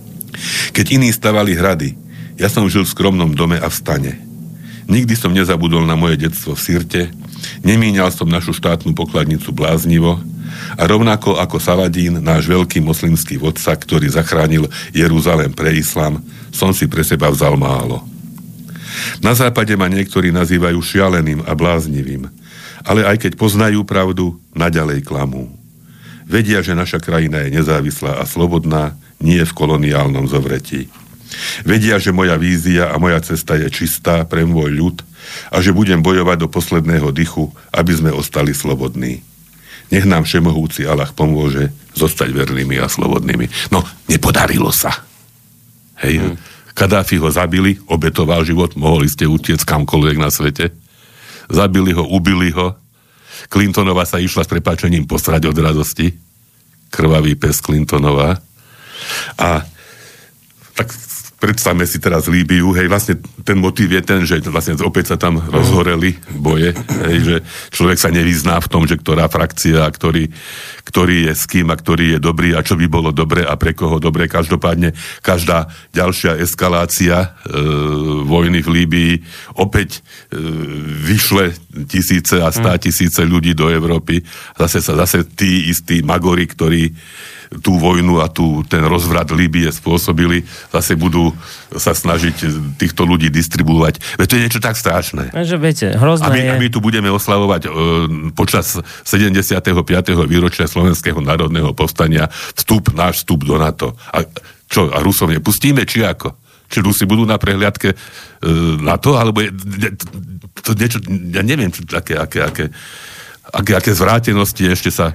Keď iní stavali hrady, ja som žil v skromnom dome a v stane. Nikdy som nezabudol na moje detstvo v Sirte, Nemíňal som našu štátnu pokladnicu bláznivo a rovnako ako Saladín, náš veľký moslimský vodca, ktorý zachránil Jeruzalém pre islám, som si pre seba vzal málo. Na západe ma niektorí nazývajú šialeným a bláznivým, ale aj keď poznajú pravdu, naďalej klamú. Vedia, že naša krajina je nezávislá a slobodná, nie v koloniálnom zovretí. Vedia, že moja vízia a moja cesta je čistá pre môj ľud a že budem bojovať do posledného dychu, aby sme ostali slobodní. Nech nám všemohúci Allah pomôže zostať vernými a slobodnými. No, nepodarilo sa. Hej, hmm. Kadáfi ho zabili, obetoval život, mohli ste utiecť kamkoľvek na svete. Zabili ho, ubili ho. Clintonová sa išla s prepáčením posrať od radosti. Krvavý pes Clintonová. A tak predstavme si teraz Líbiu, hej, vlastne ten motív je ten, že vlastne opäť sa tam rozhoreli boje, hej, že človek sa nevyzná v tom, že ktorá frakcia, ktorý, ktorý je s kým a ktorý je dobrý a čo by bolo dobre a pre koho dobre. Každopádne každá ďalšia eskalácia e, vojny v Líbii opäť e, vyšle tisíce a stá tisíce ľudí do Európy. Zase sa zase tí istí magori, ktorí tú vojnu a tú, ten rozvrat Líbie spôsobili, zase budú sa snažiť týchto ľudí distribuovať. Veď to je niečo tak strašné. Že viete, hrozné a my, je... a my tu budeme oslavovať uh, počas sedemdesiateho piateho výročia Slovenského národného povstania vstup, náš vstup do NATO. A čo, a Rusov nepustíme, či ako? Či Rusi budú na prehliadke uh, NATO, alebo je, to niečo, ja neviem, čo, aké, aké, aké, aké, aké zvrátenosti ešte sa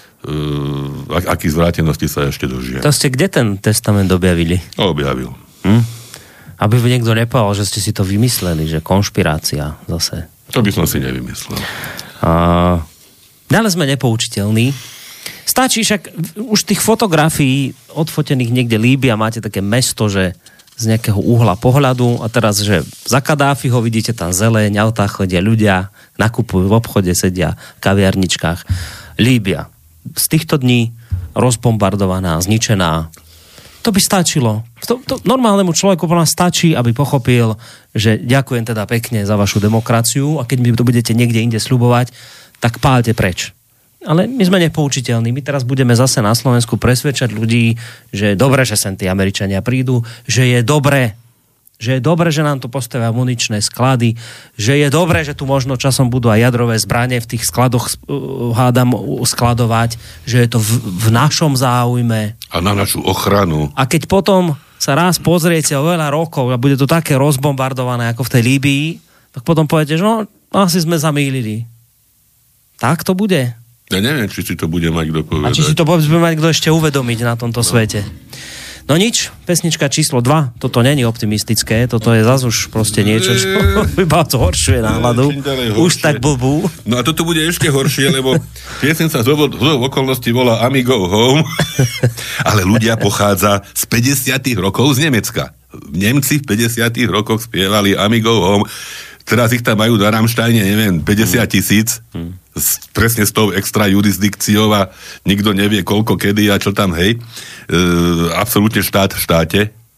Uh, ak, aký zvrátenosti sa ešte dožije. To ste kde ten testament objavili? Objavil. Hm? Aby niekto nepovedal, že ste si to vymysleli, že konšpirácia zase. To by som si nevymyslel. Uh, ale sme nepoučiteľní. Stačí však už tých fotografií odfotených niekde Líbia, máte také mesto, že z nejakého uhla pohľadu a teraz, že za Kadáfiho vidíte tam zeleň, autá chodia ľudia, nakupujú v obchode, sedia v kaviarničkách. Líbia z týchto dní rozbombardovaná, zničená. To by stačilo. To, to normálnemu človeku po nás stačí, aby pochopil, že ďakujem teda pekne za vašu demokraciu a keď mi to budete niekde inde sľubovať, tak pálte preč. Ale my sme nepoučiteľní. My teraz budeme zase na Slovensku presvedčať ľudí, že je dobre, že sem tí Američania prídu, že je dobre, že je dobre, že nám tu postavia muničné sklady, že je dobre, že tu možno časom budú aj jadrové zbrane v tých skladoch hádam skladovať, že je to v, v našom záujme. A na našu ochranu. A keď potom sa raz pozriete o veľa rokov a bude to také rozbombardované ako v tej Líbii, tak potom poviete, že no, asi sme zamýlili. Tak to bude. Ja neviem, či si to bude mať kto povedať. A či si to bude mať kto ešte uvedomiť na tomto no. svete. No nič, pesnička číslo dva, toto není optimistické, toto je zase už proste niečo, čo iba to horšie náladu. Už tak blbú. No a toto bude ešte horšie, lebo piesň sa z okolností volá Amigo Home, ale ľudia pochádza z päťdesiatych rokov z Nemecka. Nemci v päťdesiatych rokoch spievali Amigo Home. Teraz ich tam majú na Rammsteine, neviem, päťdesiat tisíc. Hmm. S, presne s tou extra jurisdikciou a nikto nevie koľko, kedy a čo tam, hej. E, absolútne štát v štáte.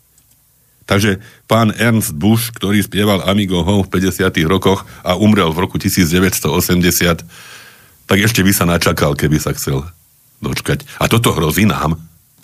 Takže pán Ernst Busch, ktorý spieval Amigo Home v päťdesiatych rokoch a umrel v roku devätnásťstoosemdesiat, tak ešte by sa načakal, keby sa chcel dočkať. A toto hrozí nám.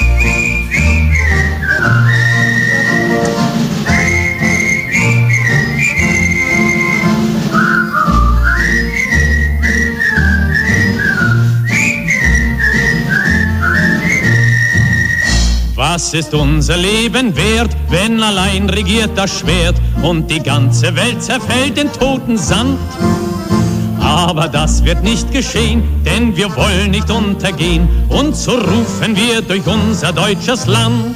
Was ist unser Leben wert, wenn allein regiert das Schwert und die ganze Welt zerfällt in toten Sand? Aber das wird nicht geschehen, denn wir wollen nicht untergehen und so rufen wir durch unser deutsches Land.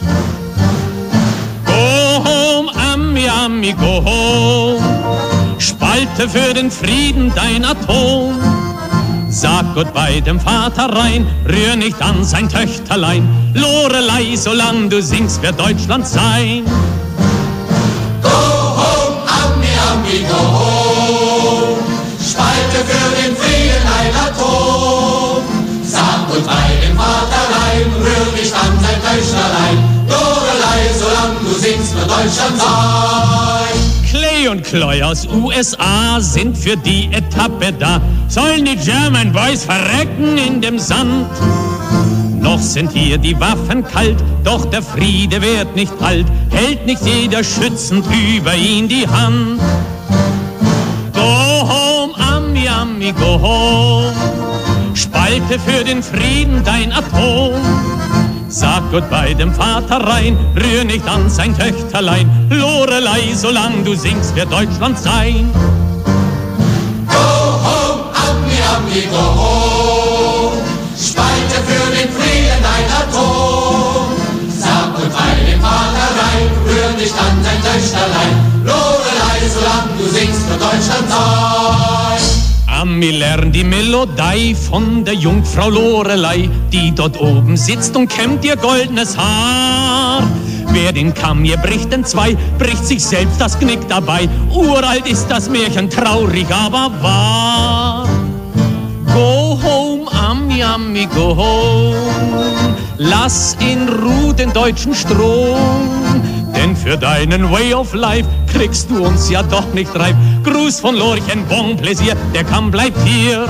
Go home, Ami, Ami, go home, spalte für den Frieden dein Atom. Sag Gott bei dem Vater rein, rühr nicht an sein Töchterlein. Lorelei, solang du singst, wird Deutschland sein. Go home, Ami, Ami, go home. Spalte für den Frieden ein Atom. Sag Gott bei dem Vater rein, rühr nicht an sein Töchterlein. Lorelei, solang du singst, wird Deutschland sein. Clay und Cloy aus U S A sind für die Etappe da. Sollen die German Boys verrecken in dem Sand? Noch sind hier die Waffen kalt, doch der Friede wird nicht alt, hält nicht jeder schützend über ihn die Hand. Go home, Ami, Ami, go home, spalte für den Frieden dein Atom. Sag Goodbye dem Vater rein, rühr nicht an sein Töchterlein, Lorelei, solang du singst, wird Deutschland sein. Go home, Ami, Ami, go home, spalte für den Frieden dein Atom. Sag Goodbye dem Vater rein, rühr nicht an sein Töchterlein, Lorelei, solang du singst, wird Deutschland sein. Ami, lern die Melodie von der Jungfrau Lorelei, die dort oben sitzt und kämmt ihr goldenes Haar. Wer den Kamm ihr bricht in zwei, bricht sich selbst das Knick dabei. Uralt ist das Märchen, traurig aber wahr. Go home, Ami, Ami, go home, lass in Ruhe den deutschen Strom. Denn für deinen Way of Life kriegst du uns ja doch nicht reif. Gruß von Lorchen, bon plaisir, der Kamm bleibt hier.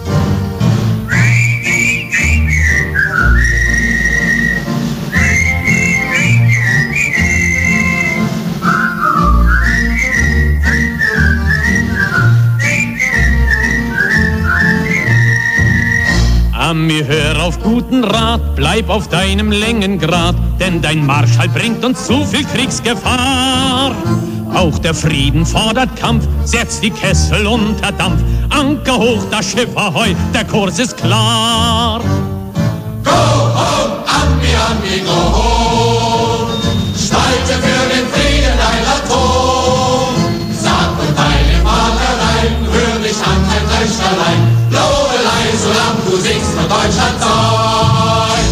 Ami, hör auf guten Rat, bleib auf deinem Längengrad, denn dein Marschall bringt uns zu viel Kriegsgefahr. Auch der Frieden fordert Kampf, setzt die Kessel unter Dampf. Anker hoch, das Schiff ahoi, der Kurs ist klar. Go home, Ami, Ami, go home, spalte für den Frieden dein Atom. Sag Goodbye dem Vater rein, rühr nicht an dein Töchterlein, Lorelei, solang du singst, wird Deutschland sein.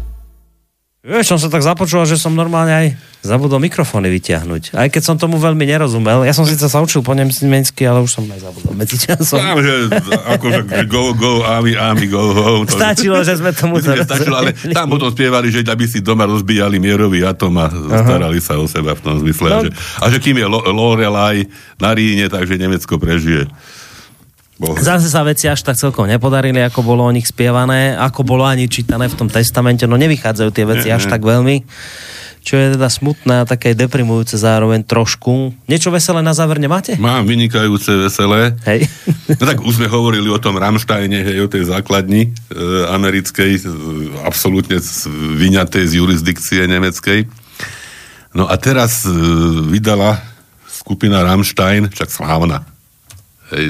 Vieš, som sa tak započul, že som normálne aj zabudol mikrofóny vyťahnuť. Aj keď som tomu veľmi nerozumel. Ja som síce sa učil po nemensky, ale už som aj zabudol medzičasom. Tam, že akože go, go, Ami, Ami, go home. Stačilo, že sme tomu to stačilo, ale tam potom spievali, že aby si doma rozbíjali mierový atom a starali sa o seba v tom zmysle. No. Že, a že kým je Lorelai na Ríne, takže Nemecko prežije. Boh. Zase sa veci až tak celkom nepodarili, ako bolo o nich spievané, ako bolo ani čítané v tom testamente, no nevychádzajú tie veci až tak veľmi, čo je teda smutné a také deprimujúce zároveň trošku. Niečo veselé na záver nemáte? Mám vynikajúce veselé. Hej. No tak už sme hovorili o tom Rammsteine, hej, o tej základni e, americkej, e, absolútne vyňatej z jurisdikcie nemeckej. No a teraz e, vydala skupina Rammstein, však slávna, hej,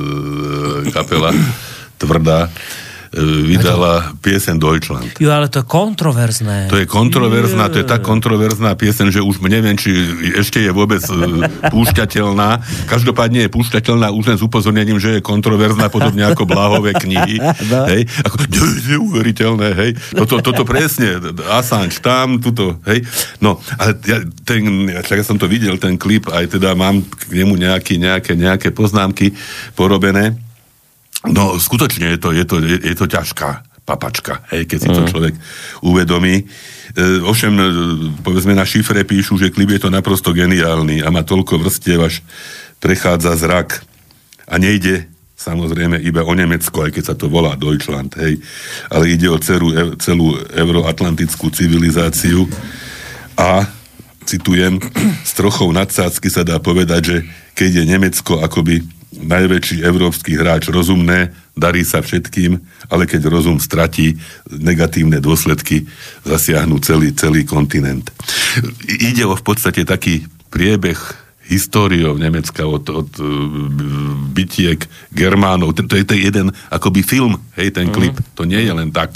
kapela tvrdá, vydala pieseň Deutschland. Jo, ale to je kontroverzné. To je kontroverzná, to je tak kontroverzná pieseň, že už neviem, či ešte je vôbec púšťateľná. Každopádne je púšťateľná už len s upozornením, že je kontroverzná, podobne ako Blahové knihy. No. Hej, ako neuveriteľné, hej. Toto, toto presne, Assange tam, tuto, hej. No, ale ja, ten, ja som to videl, ten klip, aj teda mám k nemu nejaký, nejaké, nejaké poznámky porobené. No, skutočne je to, je to, je, je to ťažká papačka, hej, keď si to človek uvedomí. E, ovšem, povedzme, na šifre píšu, že klip je to naprosto geniálny a má toľko vrstiev, až prechádza zrak. A nejde, samozrejme, iba o Nemecko, aj keď sa to volá Deutschland, hej, ale ide o celú, celú euroatlantickú civilizáciu a, citujem, s trochou nadsádzky sa dá povedať, že keď je Nemecko akoby najväčší európsky hráč rozumné, darí sa všetkým, ale keď rozum stratí, negatívne dôsledky zasiahnu celý, celý kontinent. Ide o v podstate taký priebeh históriou Nemecka od, od bytiek Germánov. To je, to je jeden akoby film, hej, ten klip. Mm. To nie je len tak.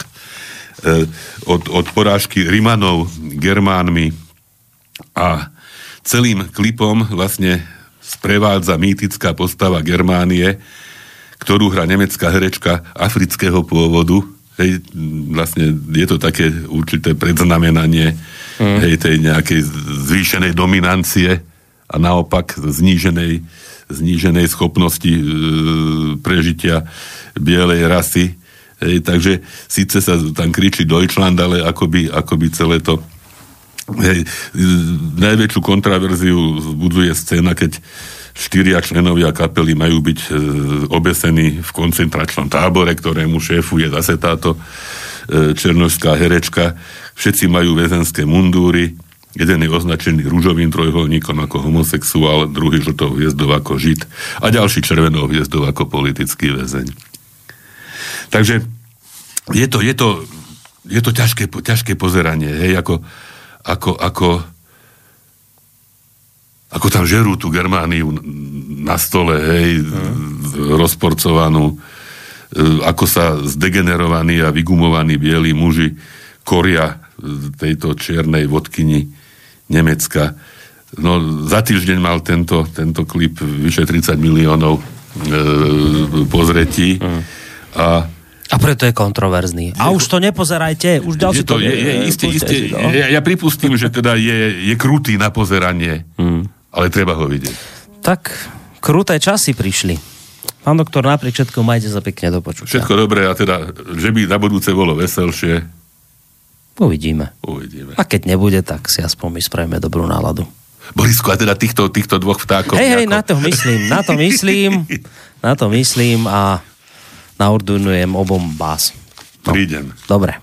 Od, od porážky Rimanov Germánmi a celým klipom vlastne sprevádza mýtická postava Germánie, ktorú hrá nemecká herečka afrického pôvodu. Hej, vlastne je to také určité predznamenanie mm. hej, tej nejakej zvýšenej dominancie a naopak zníženej, zníženej schopnosti e, prežitia bielej rasy. Hej, takže síce sa tam kričí Deutschland, ale akoby, akoby celé to Hej, najväčšiu kontraverziu vzbudzuje scéna, keď štyria členovia kapely majú byť e, obesení v koncentračnom tábore, ktorému šéfuje zase táto e, černošská herečka. Všetci majú väzenské mundúry, jeden je označený ružovým trojholníkom ako homosexuál, druhý žltou hviezdou ako žid a ďalší červenou hviezdou ako politický väzeň. Takže je to, je to, je to ťažké, ťažké pozeranie, hej, ako, ako, ako ako tam žerú tú Germániu na stole, hej, mm. rozporcovanú, ako sa zdegenerovaní a vygumovaní bieli muži koria tejto čiernej vodkyni Nemecka. No, za týždeň mal tento, tento klip vyše tridsať miliónov e, pozretí mm. a A preto je kontroverzný. A už to nepozerajte, už ďalší to... Je, je, isté, isté, no? ja, ja pripustím, že teda je, je krutý na pozeranie, mm. ale treba ho vidieť. Tak, kruté časy prišli. Pán doktor, napriek všetko majte sa pekne do počutia. Všetko dobré a teda, že by na budúce bolo veselšie. Uvidíme. Uvidíme. A keď nebude, tak si aspoň my spravíme dobrú náladu. Borisko, a teda týchto, týchto dvoch vtákov... Hej, hej, nejako... na to myslím, na to myslím, na to myslím a naordinujem obom bás. No. Prídem. Dobre.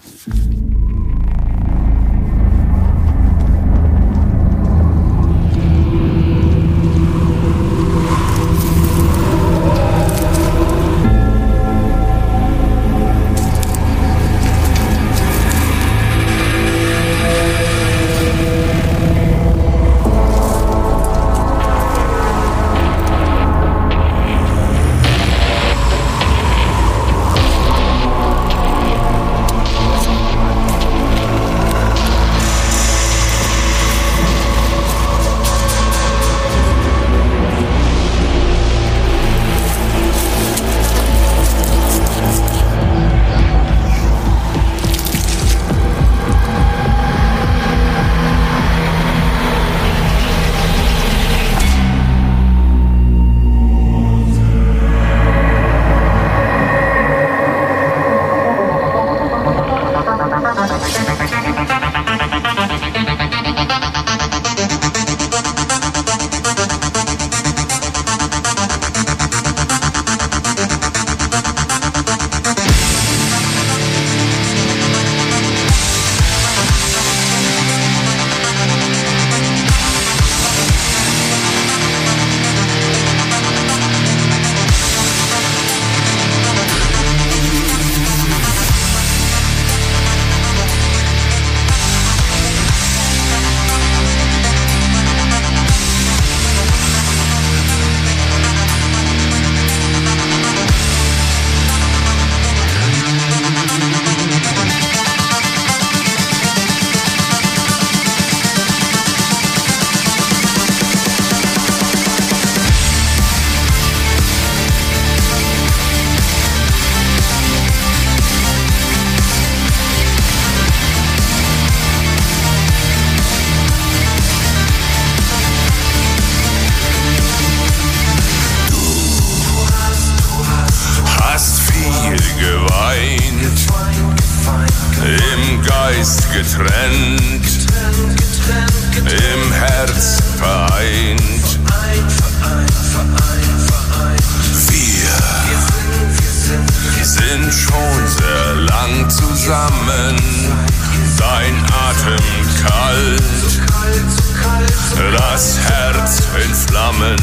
getrennt, im Herz vereint. Wir sind schon sehr lang zusammen, dein Atem kalt, das Herz in Flammen.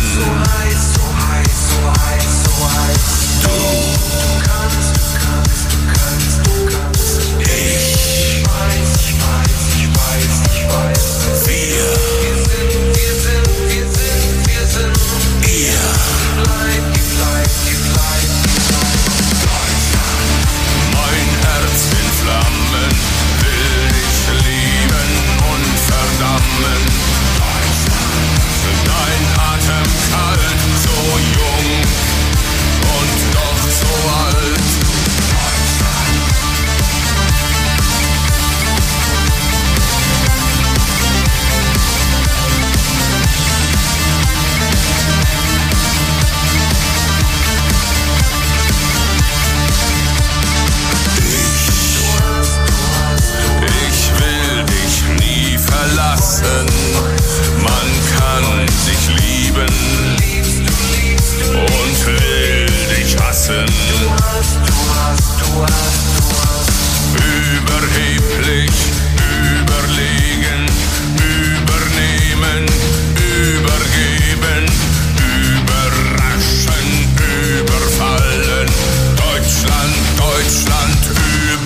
Du dein Atem kalt, so jung und doch so alt.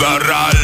überall.